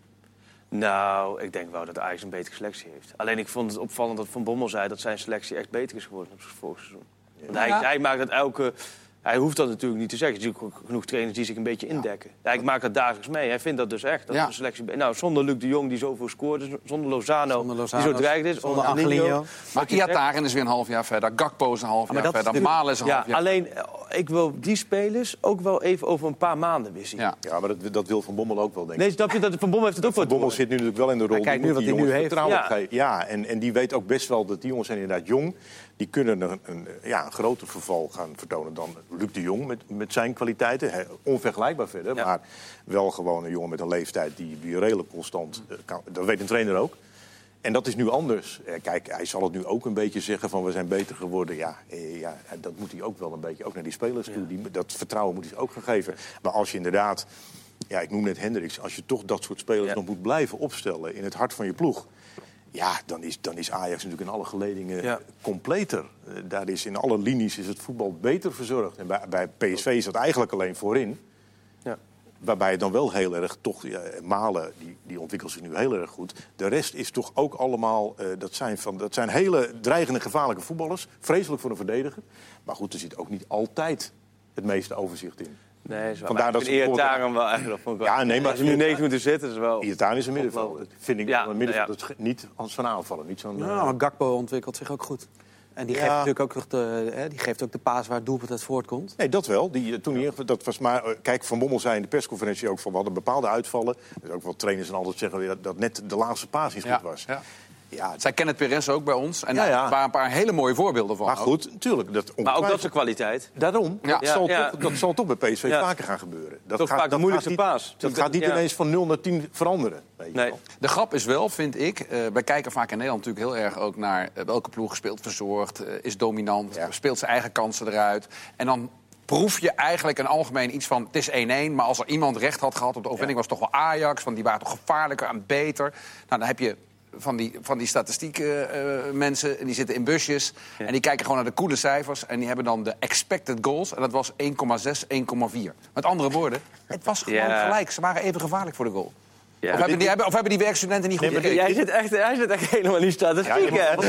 Nou, ik denk wel dat Ajax een betere selectie heeft. Alleen ik vond het opvallend dat Van Bommel zei dat zijn selectie echt beter is geworden op het vorig seizoen. Want hij, ja. hij maakt dat elke... Hij hoeft dat natuurlijk niet te zeggen. Er zijn natuurlijk genoeg trainers die zich een beetje indekken. Ja. Hij maakt dat dagelijks mee. Hij vindt dat dus echt. Dat ja. de selectie... Nou, zonder Luc de Jong die zoveel scoorde, zonder Lozano, zonder Lozano die zo dreigend is, zonder Angelino. Maar Iataren is weer een half jaar verder. Gakpo is een half jaar verder. Malen is een ja, half jaar alleen, ik wil die spelers ook wel even over een paar maanden weer zien. Ja, ja maar dat, dat wil Van Bommel ook wel, denk ik. Nee, snap je dat Van Bommel heeft het ook wel. Van Bommel zit nu natuurlijk wel in de rol. Kijk nu wat hij nu heeft. Ja, ja en, en die weet ook best wel dat die jongens zijn inderdaad jong. Die kunnen een, een, ja, een groter verval gaan vertonen dan Luc de Jong met, met zijn kwaliteiten. He, onvergelijkbaar verder, ja. maar wel gewoon een jongen met een leeftijd die, die redelijk constant kan. Dat weet een trainer ook. En dat is nu anders. Kijk, hij zal het nu ook een beetje zeggen van we zijn beter geworden. Ja, ja dat moet hij ook wel een beetje ook naar die spelers toe. Die, dat vertrouwen moet hij ook gaan geven. Maar als je inderdaad, ja, ik noem net Hendricks, als je toch dat soort spelers ja. nog moet blijven opstellen in het hart van je ploeg. Ja, dan is, dan is Ajax natuurlijk in alle geledingen ja. completer. Uh, daar is in alle linies is het voetbal beter verzorgd. En bij, bij P S V is dat eigenlijk alleen voorin. Ja. Waarbij het dan wel heel erg toch... Ja, Malen, die, die ontwikkelt zich nu heel erg goed. De rest is toch ook allemaal... Uh, dat, zijn van, dat zijn hele dreigende, gevaarlijke voetballers. Vreselijk voor een verdediger. Maar goed, er zit ook niet altijd het meeste overzicht in. Nee, zo. Vandaar dat Iataren wel eigenlijk. Vond ik wel. Ja, nee, maar als je nu negen minuten zit, is wel. Iataren is een middenveld. Dat vind ik ja, een middenveld. Ja. Niet als van aanvallen, niet zo'n. Ja, maar Gakpo ontwikkelt zich ook goed. En die ja. geeft natuurlijk ook de, hè, die geeft ook de paas waar het doelpunt uit voortkomt. Nee, dat wel. Die, toen hij, dat was maar, kijk, Van Bommel zei in de persconferentie ook van we hadden bepaalde uitvallen. Dus ook wel trainers en altijd zeggen dat, dat net de laatste paas niet ja. goed was. Ja. Ja, zij kennen het Perez ook bij ons. En ja, ja. daar waren een paar hele mooie voorbeelden van. Maar goed, natuurlijk. Dat maar ook dat is een kwaliteit. Daarom. Ja. Dat, zal ja. toch, dat zal toch bij P S V ja. vaker gaan gebeuren. Dat toch gaat, vaak de moeilijkste niet, paas. Dat gaat niet ja. ineens van nul naar tien veranderen. Weet je nee. wel. De grap is wel, vind ik... Uh, wij kijken vaak in Nederland natuurlijk heel erg ook naar... Uh, welke ploeg speelt verzorgd, uh, is dominant, ja. speelt zijn eigen kansen eruit. En dan... proef je eigenlijk een algemeen iets van... het is één-één, maar als er iemand recht had gehad op de overwinning... ja. was het toch wel Ajax, want die waren toch gevaarlijker en beter. Nou, dan heb je... Van die, van die statistieke uh, mensen, en die zitten in busjes. Ja. En die kijken gewoon naar de coole cijfers. En die hebben dan de expected goals. En dat was één komma zes, één komma vier. Met andere woorden, het was gewoon ja. gelijk. Ze waren even gevaarlijk voor de goal. Ja, of, hebben die, hebben, of hebben die werkstudenten niet goed nee, gekeken? Jij zit echt, hij zit echt helemaal niet statistiek, ja, hè?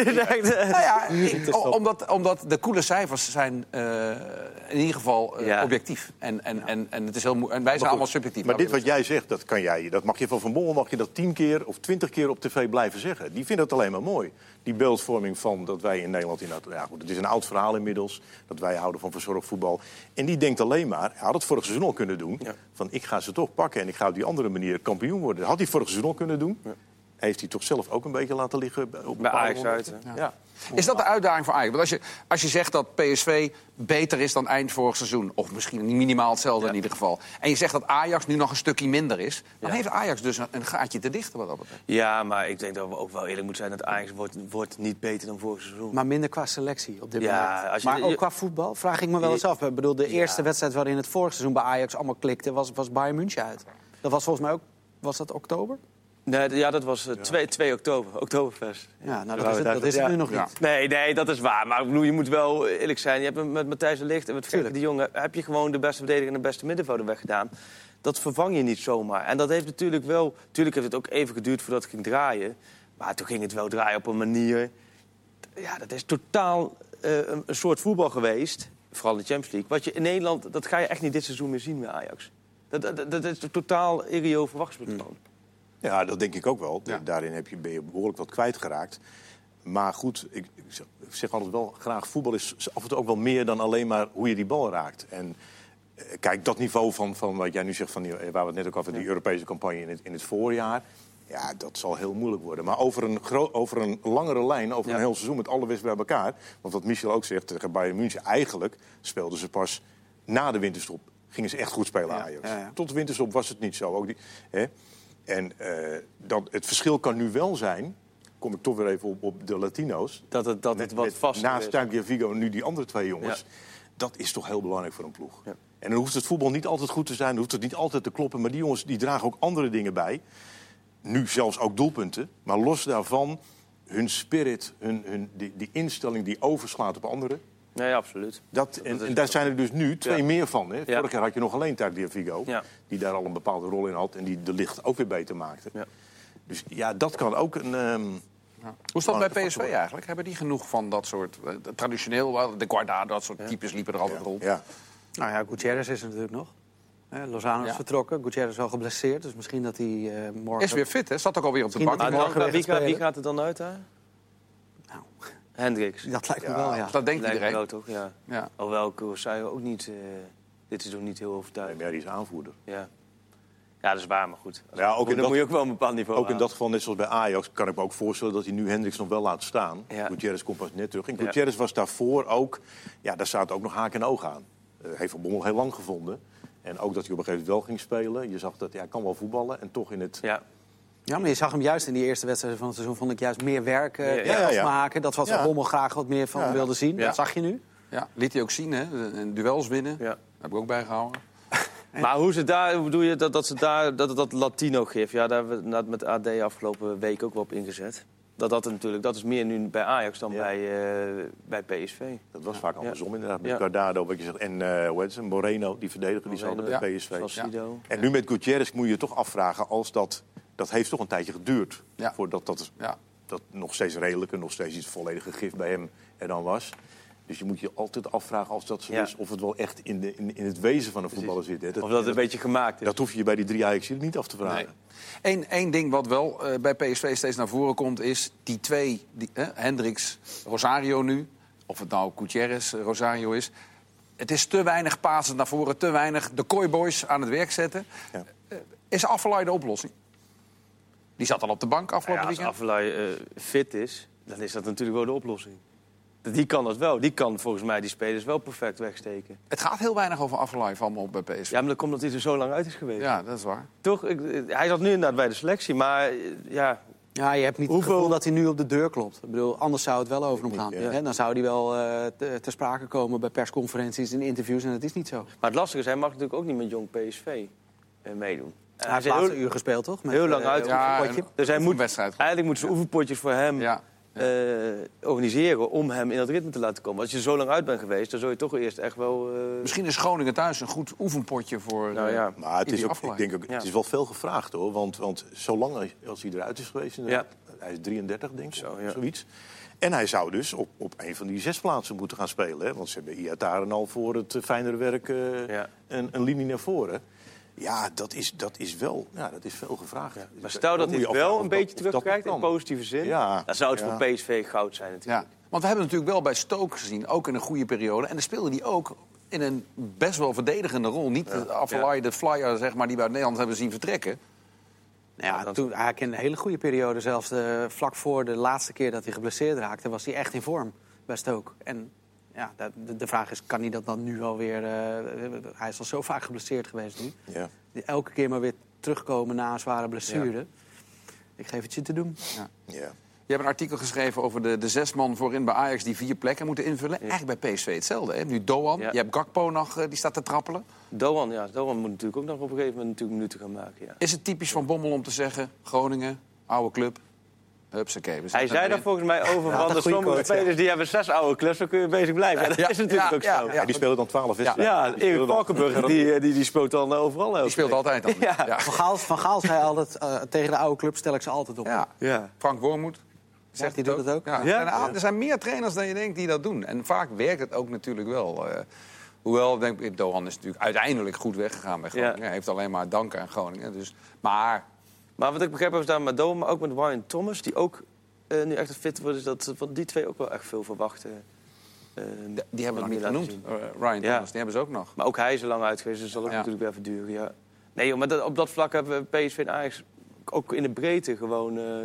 Nou ja, ik, omdat, omdat de coole cijfers zijn uh, in ieder geval uh, ja. objectief. En, en, ja. en, en, het is heel mo- en wij zijn goed, allemaal subjectief. Maar dit wat jij zegt, dat, kan jij, dat mag je van Van Bommel mag je dat tien keer of twintig keer op tv blijven zeggen. Die vindt dat alleen maar mooi. die beeldvorming van dat wij in Nederland... inderdaad, ja goed, het is een oud verhaal inmiddels, dat wij houden van verzorgd voetbal. En die denkt alleen maar, hij had het vorig seizoen al kunnen doen... Ja. van ik ga ze toch pakken en ik ga op die andere manier kampioen worden. Dat had hij vorig seizoen al kunnen doen. Ja. Heeft hij toch zelf ook een beetje laten liggen op bij Ajax uit. Ja. Ja. Is dat de uitdaging voor Ajax? Want als je, als je zegt dat P S V beter is dan eind vorig seizoen... of misschien minimaal hetzelfde ja. in ieder geval... en je zegt dat Ajax nu nog een stukje minder is... dan ja. heeft Ajax dus een, een gaatje te dichten wat dat betreft. Ja, maar ik denk dat we ook wel eerlijk moeten zijn... dat Ajax wordt, wordt niet beter dan vorig seizoen. Maar minder qua selectie op dit ja, moment. Als je, maar ook je, qua voetbal vraag ik me wel eens af. Ik bedoel, de eerste ja. wedstrijd waarin het vorig seizoen bij Ajax allemaal klikte... was, was Bayern München uit. Dat was volgens mij ook... Was dat oktober? Nee, ja, dat was uh, ja. twee oktober, Oktoberfest. Ja, nou, dat is het, dat is het ja. nu nog niet. Ja. Nee, nee, dat is waar. Maar ik bedoel, je moet wel eerlijk zijn. Je hebt met Matthijs de Ligt en met Frenkie de Jong... heb je gewoon de beste verdediger en de beste middenvelder weggedaan. Dat vervang je niet zomaar. En dat heeft natuurlijk wel... Natuurlijk heeft het ook even geduurd voordat het ging draaien. Maar toen ging het wel draaien op een manier... Ja, dat is totaal uh, een, een soort voetbal geweest. Vooral de Champions League. Wat je in Nederland... Dat ga je echt niet dit seizoen meer zien met Ajax. Dat, dat, dat is totaal irreëel verwachtspatroon. Mm. Ja, dat denk ik ook wel. Ja. Daarin heb je, ben je behoorlijk wat kwijtgeraakt. Maar goed, ik, ik zeg altijd wel graag... voetbal is af en toe ook wel meer dan alleen maar hoe je die bal raakt. En eh, kijk, dat niveau van, van wat jij nu zegt... Van die, waar we het net ook over die ja. Europese campagne in het, in het voorjaar... ja, dat zal heel moeilijk worden. Maar over een, gro- over een langere lijn, over ja. een heel seizoen... met alle wedstrijden bij elkaar... want wat Michel ook zegt, tegen Bayern München... eigenlijk speelden ze pas na de winterstop... gingen ze echt goed spelen, Ajax. Ja, ja, ja. Tot de winterstop was het niet zo. Ook die, hè? En uh, dat, het verschil kan nu wel zijn... kom ik toch weer even op, op de Latino's... Dat het, dat met, het wat vast naast Tagliafico en nu die andere twee jongens... Ja. Dat is toch heel belangrijk voor een ploeg. Ja. En dan hoeft het voetbal niet altijd goed te zijn... dan hoeft het niet altijd te kloppen... maar die jongens die dragen ook andere dingen bij. Nu zelfs ook doelpunten. Maar los daarvan, hun spirit, hun, hun, die, die instelling die overslaat op anderen... Nee, absoluut. Dat, en, en daar zijn er dus nu twee ja. meer van. Hè. Vorig ja. jaar had je nog alleen Tagliafico, ja. die daar al een bepaalde rol in had... en die de Ligt ook weer beter maakte. Ja. Dus ja, dat kan ook een... Um, ja. Hoe is dat bij P S V eigenlijk? Hebben die genoeg van dat soort... Uh, traditioneel, de Guardado, dat soort ja. types liepen er altijd ja. rond. Ja. Nou ja, Gutierrez is er natuurlijk nog. Eh, Lozano is ja. vertrokken, Gutierrez is wel geblesseerd... dus misschien dat hij uh, morgen... Is weer fit, hè? Zat ook alweer op de bank. Ah, dan, wie, gaat, wie gaat er dan uit, hè? Nou... Hendricks. Dat lijkt me ja, wel, ja. Dat denkt lijkt iedereen. Wel, toch? Ja. Ja. Alhoewel Curaçao ook niet... Uh, dit is ook niet heel overtuigend. Nee, maar die is aanvoerder. Ja. Ja, dat is waar, maar goed. Ja, ook dan dat, moet je ook wel een bepaald niveau Ook halen. In dat geval, net zoals bij Ajax, kan ik me ook voorstellen... dat hij nu Hendricks nog wel laat staan. Ja. Gutierrez komt pas net terug. En Ja. Gutierrez was daarvoor ook... Ja, daar zaten ook nog haak en oog aan. Uh, heeft Van Bommel heel lang gevonden. En ook dat hij op een gegeven moment wel ging spelen. Je zag dat ja, hij kan wel voetballen. En toch in het... Ja. Ja, maar je zag hem juist in die eerste wedstrijd van het seizoen... vond ik juist meer werk uh, ja, ja, ja. afmaken. Dat was ja. wat Bommel graag wat meer van ja. wilde zien. Ja. Dat zag je nu. Ja, liet hij ook zien, hè? En duels winnen. Ja. Dat heb ik ook bijgehouden. Maar hoe ze daar, hoe bedoel je dat, dat ze daar dat, dat Latino gif, ja, daar hebben we met A D afgelopen week ook wel op ingezet. Dat, dat, natuurlijk, dat is meer nu bij Ajax dan ja. bij, uh, bij P S V. Dat was vaak andersom ja. inderdaad. Met ja. Guardado, wat je zegt. En uh, hoe heet ze? Moreno, die verdediger, die zat bij ja. P S V. Ja. En nu met Gutierrez moet je je toch afvragen als dat... Dat heeft toch een tijdje geduurd. Ja. Voordat dat, ja. dat nog steeds redelijke, nog steeds iets volledige gif bij hem er dan was. Dus je moet je altijd afvragen als dat zo ja. is, of het wel echt in, de, in, in het wezen van een voetballer zit. Hè. Dat, of dat het een beetje gemaakt is. Dat hoef je bij die drie Ajax niet af te vragen. Nee. Eén, één ding wat wel uh, bij P S V steeds naar voren komt... is die twee, die, uh, Hendricks, Rosario nu... of het nou Gutierrez, uh, Rosario is... het is te weinig pasen naar voren, te weinig de kooiboys aan het werk zetten. Ja. Uh, is Afellay de oplossing? Die zat al op de bank afgelopen nou ja, als weekend. Als Afellay uh, fit is, dan is dat natuurlijk wel de oplossing. Die kan dat wel. Die kan volgens mij die spelers wel perfect wegsteken. Het gaat heel weinig over Afellay van me op bij P S V. Ja, maar dat komt omdat hij er zo lang uit is geweest. Ja, dat is waar. Toch? Ik, hij zat nu inderdaad bij de selectie, maar ja... Ja, je hebt niet Hoeveel... het gevoel dat hij nu op de deur klopt. Ik bedoel, anders zou het wel over hem gaan. Ja. He, dan zou hij wel uh, te, ter sprake komen bij persconferenties en interviews. En dat is niet zo. Maar het lastige is, hij mag natuurlijk ook niet met jong P S V uh, meedoen. Hij heeft het laatste uur gespeeld, toch? Met, heel lang uit. Uh, ja, dus hij moet, wedstrijd. eigenlijk moeten ze oefenpotjes voor hem ja. Ja. Uh, organiseren om hem in dat ritme te laten komen. Als je zo lang uit bent geweest, dan zou je toch eerst echt wel... Uh... Misschien is Groningen thuis een goed oefenpotje voor nou, ja. uh, Maar het is, ook, ik denk ook, ja. het is wel veel gevraagd, hoor. Want, want zolang als hij eruit is geweest... Ja. Hij is drieëndertig, denk ik, zo, ja. zoiets. En hij zou dus op, op een van die zes plaatsen moeten gaan spelen. Hè? Want ze hebben Iataren al voor het fijnere werk uh, ja. een, een linie naar voren. Ja, dat is, dat is wel ja, dat is veel gevraagd. Ja. Maar stel dat hij het wel een beetje terugkrijgt in positieve zin... Ja. dan zou het ja. voor P S V goud zijn natuurlijk. Ja. Want we hebben natuurlijk wel bij Stoke gezien, ook in een goede periode. En dan speelde hij ook in een best wel verdedigende rol. Niet de Afellay, de flyer zeg maar, die we uit Nederland hebben zien vertrekken. Nou ja, toen, eigenlijk in een hele goede periode. Zelfs de, vlak voor de laatste keer dat hij geblesseerd raakte... was hij echt in vorm bij Stoke. En ja, de, de vraag is, kan hij dat dan nu alweer... Uh, hij is al zo vaak geblesseerd geweest nu. Ja. Elke keer maar weer terugkomen na een zware blessure. Ja. Ik geef het je te doen. Ja. Ja. Je hebt een artikel geschreven over de, de zes man voorin bij Ajax... die vier plekken moeten invullen. Ja. Eigenlijk bij P S V hetzelfde. Hè? Nu Doan, ja. je hebt Gakpo nog, uh, die staat te trappelen. Doan, ja, Doan moet natuurlijk ook nog op een gegeven moment natuurlijk minuten gaan maken. Ja. Is het typisch van Bommel om te zeggen... Groningen, oude club, hupsakee. Hij zei daar volgens mij over ja, van de sommige spelers... Ja. die hebben zes oude clubs, dan kun je bezig blijven. Ja, dat ja, is natuurlijk ja, ook ja, zo. Ja, ja. Die spelen dan twaalf wedstrijden. Ja, ja Erik Valkenburg, die, die, die speelt dan overal. Die speelt altijd dan. Ja. Ja. Van Gaal, van Gaal zei altijd, uh, tegen de oude club stel ik ze altijd op. Ja. Ja. Frank Wormoed. Zegt hij doet het ook? Ja. Ja. Er zijn meer trainers dan je denkt die dat doen. En vaak werkt het ook natuurlijk wel. Uh, hoewel, denk ik, Doan is natuurlijk uiteindelijk goed weggegaan bij Groningen. Ja. Hij heeft alleen maar dank aan Groningen. Dus, maar... maar wat ik begreep is daar met Doan, maar ook met Ryan Thomas... die ook uh, nu echt een fit wordt, is dat van die twee ook wel echt veel verwachten. Uh, die, die hebben we nog niet genoemd. Uh, Ryan ja. Thomas, die hebben ze ook nog. Maar ook hij is er lang uit geweest, dus dat zal ook ja. natuurlijk weer even duren. Ja. Nee, joh, maar dat, op dat vlak hebben P S V en Ajax ook in de breedte gewoon... Uh,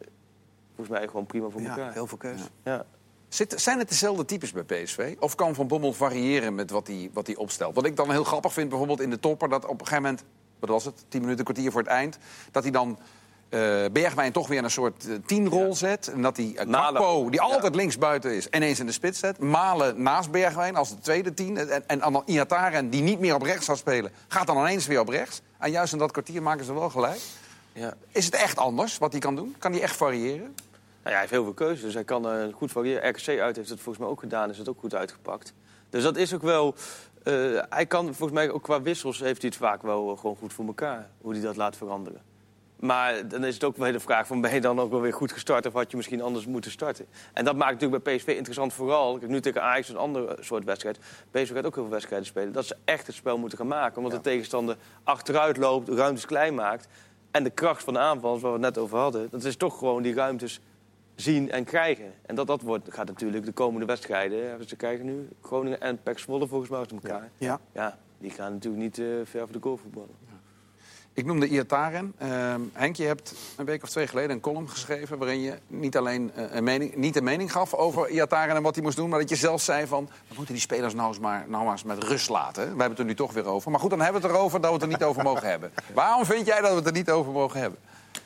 volgens mij gewoon prima voor elkaar. Ja, heel veel keus. Ja. Ja. Zit, zijn het dezelfde types bij P S V? Of kan Van Bommel variëren met wat hij wat hij opstelt? Wat ik dan heel grappig vind, bijvoorbeeld in de topper... dat op een gegeven moment, wat was het, tien minuten, kwartier voor het eind... dat hij dan uh, Bergwijn toch weer een soort uh, tienrol ja. zet. En dat hij uh, Gakpo, die altijd ja. linksbuiten is, ineens in de spits zet. Malen naast Bergwijn als de tweede tien. En, en, en dan Ihataren, die niet meer op rechts gaat spelen... gaat dan ineens weer op rechts. En juist in dat kwartier maken ze wel gelijk. Ja. Is het echt anders wat hij kan doen? Kan hij echt variëren? Nou ja, hij heeft heel veel keuzes, dus hij kan uh, goed variëren. R K C uit heeft het volgens mij ook gedaan, is het ook goed uitgepakt. Dus dat is ook wel... Uh, hij kan volgens mij ook qua wissels heeft hij het vaak wel uh, gewoon goed voor elkaar. Hoe hij dat laat veranderen. Maar dan is het ook wel de vraag van... ben je dan ook wel weer goed gestart of had je misschien anders moeten starten? En dat maakt natuurlijk bij P S V interessant vooral... Kijk, nu tegen Ajax een ander soort wedstrijd. P S V gaat ook heel veel wedstrijden spelen. Dat ze echt het spel moeten gaan maken. Omdat ja. de tegenstander achteruit loopt, ruimtes klein maakt. En de kracht van de aanval, waar we het net over hadden... dat is toch gewoon die ruimtes... zien en krijgen. En dat, dat wordt, gaat natuurlijk de komende wedstrijden... Ze krijgen nu Groningen en P E C Zwolle volgens mij uit elkaar. Ja. Ja, die gaan natuurlijk niet uh, ver over de goal voetballen. Ja. Ik noemde Ihataren. Uh, Henk, je hebt een week of twee geleden een column geschreven... waarin je niet alleen uh, een mening, niet een mening gaf over Ihataren en wat hij moest doen... maar dat je zelf zei van... we moeten die spelers nou eens maar, nou maar eens met rust laten. We hebben het er nu toch weer over. Maar goed, dan hebben we het erover dat we het er niet over mogen hebben. Waarom vind jij dat we het er niet over mogen hebben?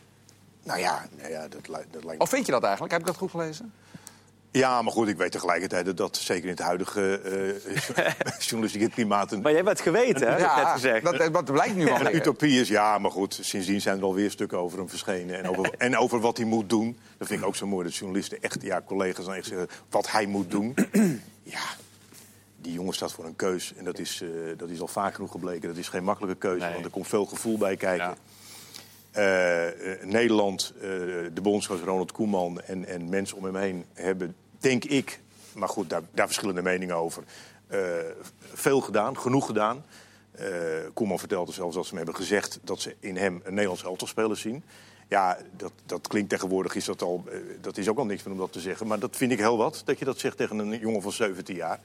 Nou ja, nou ja dat, dat lijkt... Of vind je dat eigenlijk? Heb ik dat goed gelezen? Ja, maar goed, ik weet tegelijkertijd dat dat zeker in het huidige uh, journalistieke klimaat... Een... Maar jij bent geweten, hè? Ja, net gezegd. Dat, dat blijkt nu al. Een utopie is, ja, maar goed, sindsdien zijn er alweer stukken over hem verschenen. En over, en over wat hij moet doen. Dat vind ik ook zo mooi, dat journalisten echt, ja, collega's dan echt zeggen... wat hij moet doen. Ja, die jongen staat voor een keus. En dat is, uh, dat is al vaak genoeg gebleken. Dat is geen makkelijke keuze, nee. Want er komt veel gevoel bij kijken. Ja. Uh, uh, Nederland, uh, de bondscoach Ronald Koeman en, en mensen om hem heen hebben, denk ik... maar goed, daar, daar verschillende meningen over... Uh, veel gedaan, genoeg gedaan. Uh, Koeman vertelde zelfs dat ze hem hebben gezegd... dat ze in hem een Nederlands elftalspeler zien. Ja, dat, dat klinkt tegenwoordig, is dat, al, uh, dat is ook al niks van om dat te zeggen. Maar dat vind ik heel wat, dat je dat zegt tegen een jongen van zeventien jaar...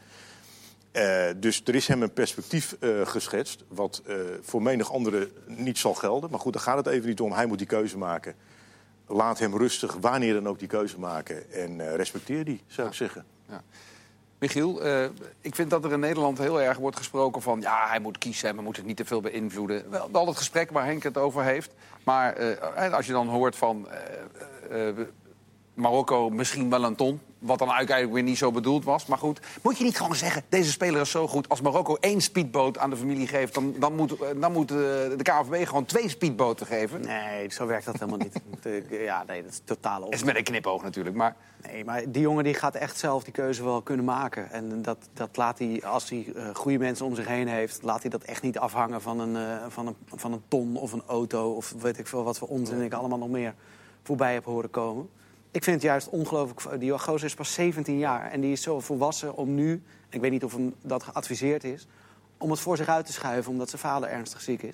Uh, dus er is hem een perspectief uh, geschetst... wat uh, voor menig andere niet zal gelden. Maar goed, daar gaat het even niet om. Hij moet die keuze maken. Laat hem rustig, wanneer dan ook, die keuze maken. En uh, respecteer die, zou ja. ik zeggen. Ja. Michiel, uh, ik vind dat er in Nederland heel erg wordt gesproken van... ja, hij moet kiezen en we moeten het niet te veel beïnvloeden. Wel, al het gesprek waar Henk het over heeft. Maar uh, als je dan hoort van... Uh, uh, Marokko misschien wel een ton... wat dan uiteindelijk weer niet zo bedoeld was. Maar goed, moet je niet gewoon zeggen... deze speler is zo goed. Als Marokko één speedboot aan de familie geeft... dan, dan moet, dan moet de K N V B gewoon twee speedboten geven. Nee, zo werkt dat helemaal niet. Ja, nee, dat is totaal op. Is met een knipoog natuurlijk, maar... Nee, maar die jongen die gaat echt zelf die keuze wel kunnen maken. En dat, dat laat hij, als hij uh, goede mensen om zich heen heeft... laat hij dat echt niet afhangen van een, uh, van, een, van een ton of een auto... of weet ik veel wat voor onzin ik allemaal nog meer voorbij heb horen komen... Ik vind het juist ongelooflijk... Die gozer is pas zeventien jaar en die is zo volwassen om nu... ik weet niet of hem dat geadviseerd is... om het voor zich uit te schuiven omdat zijn vader ernstig ziek is. Ja.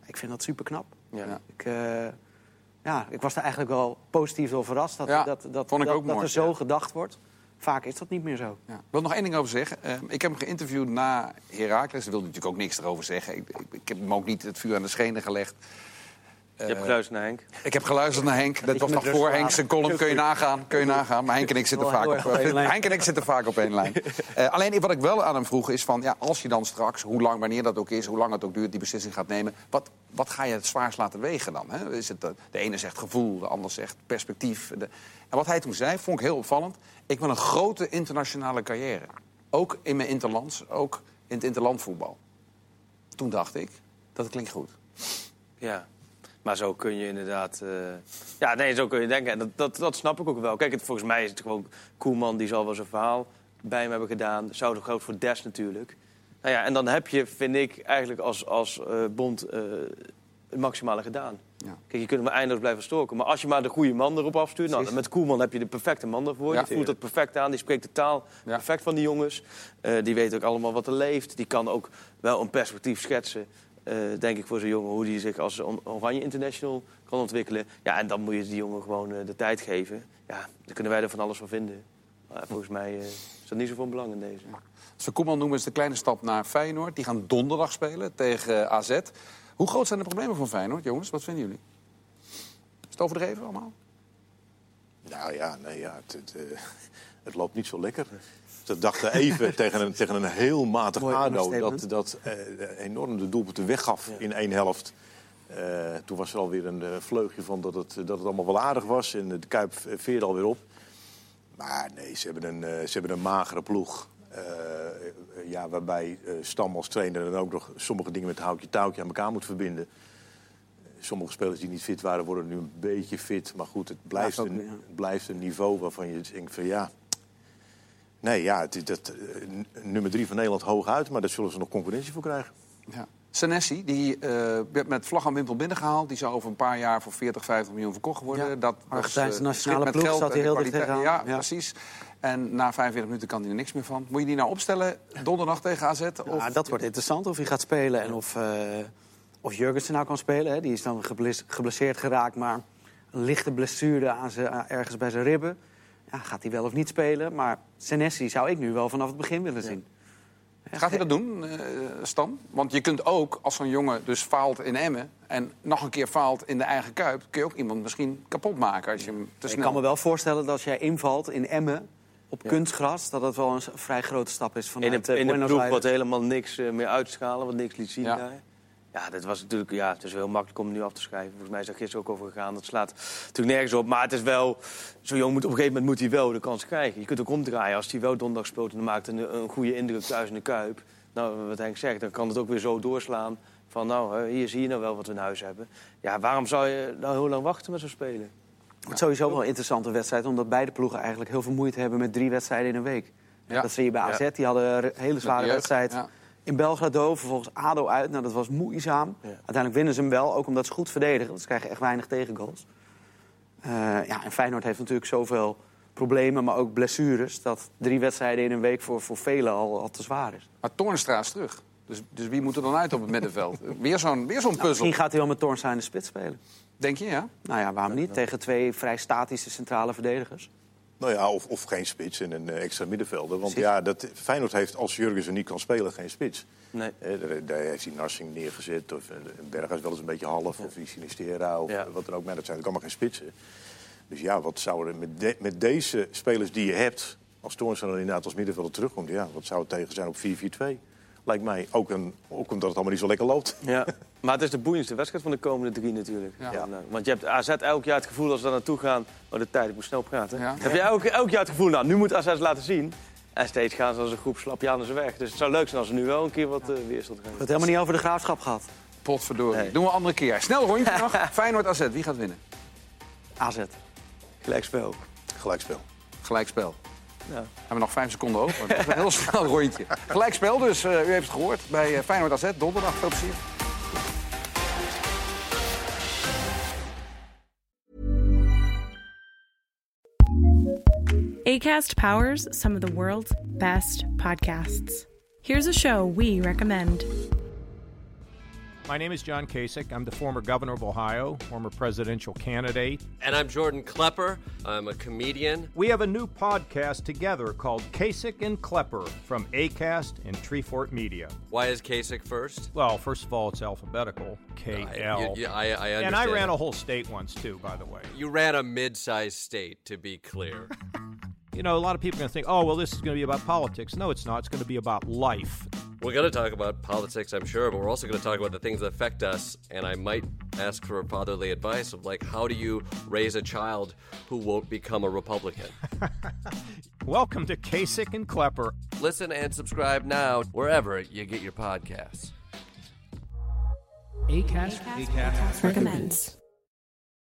Ik vind dat super knap. Ja. Ik, uh, ja, ik was er eigenlijk wel positief door verrast dat, Ja, dat, dat, vond ik dat, ook dat mooi, er zo ja. gedacht wordt. Vaak is dat niet meer zo. Ja. Ik wil er nog één ding over zeggen. Uh, ik heb hem geïnterviewd na Heracles. Daar wilde natuurlijk ook niks erover zeggen. Ik, ik, ik heb hem ook niet het vuur aan de schenen gelegd. Je hebt geluisterd naar Henk. Ik heb geluisterd naar Henk. Dat was nog voor Henk zijn column. Kun je nagaan. Kun je nagaan. Maar Henk en ik zitten vaak op, uh, Henk en ik zitten vaak op één lijn. Uh, alleen wat ik wel aan hem vroeg is van... Ja, als je dan straks, hoe lang, wanneer dat ook is... hoe lang het ook duurt, die beslissing gaat nemen... wat, wat ga je het zwaarst laten wegen dan? Hè? Is het, de, de ene zegt gevoel, de ander zegt perspectief. De, en wat hij toen zei, vond ik heel opvallend. Ik wil een grote internationale carrière. Ook in mijn interlands, ook in het interlandvoetbal. Toen dacht ik, dat klinkt goed. Ja. Maar zo kun je inderdaad... Uh... Ja, nee, zo kun je denken. En dat, dat, dat snap ik ook wel. Kijk, het, volgens mij is het gewoon... Koeman, die zal wel zijn verhaal bij hem hebben gedaan. Zou het groot voor Des natuurlijk. Nou ja, en dan heb je, vind ik, eigenlijk als, als uh, bond uh, het maximale gedaan. Ja. Kijk, je kunt hem eindeloos blijven stoken. Maar als je maar de goede man erop afstuurt... Nou, met Koeman heb je de perfecte man ervoor. Ja. Die voelt het perfect aan. Die spreekt de taal ja. perfect van die jongens. Uh, die weet ook allemaal wat er leeft. Die kan ook wel een perspectief schetsen... Uh, denk ik voor zo'n jongen, hoe die zich als Oranje International kan ontwikkelen. Ja, en dan moet je die jongen gewoon uh, de tijd geven. Ja, daar kunnen wij er van alles van vinden. Maar volgens mij uh, is dat niet zoveel belang in deze. Ja. Als we Koeman noemen, is de kleine stap naar Feyenoord. Die gaan donderdag spelen tegen uh, A Z. Hoe groot zijn de problemen van Feyenoord, jongens? Wat vinden jullie? Is het overdreven allemaal? Nou ja, nee, ja het, het, uh, het loopt niet zo lekker. Ze dachten even tegen, een, tegen een heel matig A D O dat, dat uh, enorm de doelpunten weggaf ja. in één helft. Uh, toen was er alweer een uh, vleugje van dat het, dat het allemaal wel aardig was. En de Kuip veerde alweer op. Maar nee, ze hebben een, uh, ze hebben een magere ploeg. Uh, uh, ja, waarbij uh, Stam als trainer dan ook nog sommige dingen met houtje touwtje aan elkaar moet verbinden. Sommige spelers die niet fit waren, worden nu een beetje fit. Maar goed, het blijft, een, het blijft een niveau waarvan je denkt van ja... Nee, ja, het is dat, uh, nummer drie van Nederland hooguit, maar daar zullen ze nog concurrentie voor krijgen. Ja. Senesi, die uh, werd met vlag aan wimpel binnengehaald. Die zou over een paar jaar voor veertig, vijftig miljoen verkocht worden. Ja. Dat Argentijnse uh, nationale ploeg zat hij heel dicht tegenaan. Ja, ja, precies. En na vijfenveertig minuten kan hij er niks meer van. Moet je die nou opstellen donderdag tegen A Z? Of... Ja, dat wordt interessant of hij gaat spelen en of, uh, of Jurgensen nou kan spelen. Hè. Die is dan geblesseerd geraakt, maar een lichte blessure aan zijn, ergens bij zijn ribben. Ja, gaat hij wel of niet spelen? Maar Senesi zou ik nu wel vanaf het begin willen zien. Ja. Gaat hij dat doen, uh, Stan? Want je kunt ook, als zo'n jongen dus faalt in Emmen... en nog een keer faalt in de eigen Kuip... kun je ook iemand misschien kapot maken als je hem te snel... Ik kan me wel voorstellen dat als jij invalt in Emmen op ja. kunstgras... dat dat wel een vrij grote stap is vanuit In een, in een ploeg wat helemaal niks uh, meer uitschalen, wat niks liet zien ja. daar. Ja, dat was natuurlijk, ja, het is heel makkelijk om het nu af te schrijven. Volgens mij is daar gisteren ook over gegaan. Dat slaat natuurlijk nergens op. Maar het is wel, zo'n jong moet op een gegeven moment moet hij wel de kans krijgen. Je kunt ook omdraaien. Als hij wel donderdag speelt en dan maakt een, een goede indruk thuis in de Kuip. Nou, wat Henk zegt, dan kan het ook weer zo doorslaan. Van nou, hier zie je nou wel wat we in huis hebben. Ja, waarom zou je nou heel lang wachten met zo'n spelen? Het is sowieso wel een interessante wedstrijd. Omdat beide ploegen eigenlijk heel veel moeite hebben met drie wedstrijden in een week. Ja. Dat zie je bij A Z. Ja. Die hadden een hele zware wedstrijd. Ja. In Belgrado, vervolgens A D O uit. Nou, dat was moeizaam. Ja. Uiteindelijk winnen ze hem wel, ook omdat ze goed verdedigen. Want ze krijgen echt weinig tegengoals. Uh, ja, en Feyenoord heeft natuurlijk zoveel problemen, maar ook blessures... dat drie wedstrijden in een week voor, voor velen al, al te zwaar is. Maar Toornstra is terug. Dus, dus wie moet er dan uit op het middenveld? Weer zo'n, weer zo'n puzzel. Nou, misschien gaat hij wel met Toornstra in de spits spelen. Denk je, ja? Nou ja, waarom niet? Tegen twee vrij statische centrale verdedigers. Nou ja, of, of geen spits en een extra middenvelder. Want ja, dat, Feyenoord heeft als Jurgensen niet kan spelen geen spits. Nee. Eh, daar, daar heeft hij Narsing neergezet. Of Berghuis wel eens een beetje half. Ja. Of die Sinistera of ja. wat dan ook. Maar dat zijn ook allemaal geen spitsen. Dus ja, wat zou er met, de, met deze spelers die je hebt... als Toornstra dan inderdaad als middenvelder terugkomt... ja, wat zou het tegen zijn op vier vier twee? Lijkt mij ook, een, ook omdat het allemaal niet zo lekker loopt. Ja. Maar het is de boeiendste wedstrijd van de komende drie natuurlijk. Ja. Ja. Want je hebt A Z elk jaar het gevoel als ze daar naartoe gaan... oh, de tijd, ik moet snel praten. Ja. Heb je elk, elk jaar het gevoel, nou, nu moet A Z laten zien... En steeds gaan ze als een groep slapjaners weg. Dus het zou leuk zijn als ze nu wel een keer wat uh, weerstand gaan. We hebben het helemaal niet over de Graafschap gehad. Potverdorie. Nee. Doen we een andere keer. Snel rondje nog. Feyenoord A Z. Wie gaat winnen? A Z. Gelijkspel. Gelijkspel. Gelijkspel. Ja. We hebben nog vijf seconden over. Dat is een heel snel rondje. Gelijkspel dus. Uh, u heeft het gehoord. Bij uh, Feyenoord A Z. Donderdag. Veel plezier. Acast powers some of the world's best podcasts. Here's a show we recommend. My name is John Kasich. I'm the former governor of Ohio, former presidential candidate. And I'm Jordan Klepper. I'm a comedian. We have a new podcast together called Kasich and Klepper from Acast and Treefort Media. Why is Kasich first? Well, first of all, it's alphabetical, K L. I, you, I, I understand. And I ran a whole state once, too, by the way. You ran a mid-sized state, to be clear. You know, a lot of people are going to think, oh, well, this is going to be about politics. No, it's not. It's going to be about life. We're going to talk about politics, I'm sure, but we're also going to talk about the things that affect us, and I might ask for fatherly advice of, like, how do you raise a child who won't become a Republican? Welcome to Kasich and Klepper. Listen and subscribe now wherever you get your podcasts. Acast, Acast, Acast recommends.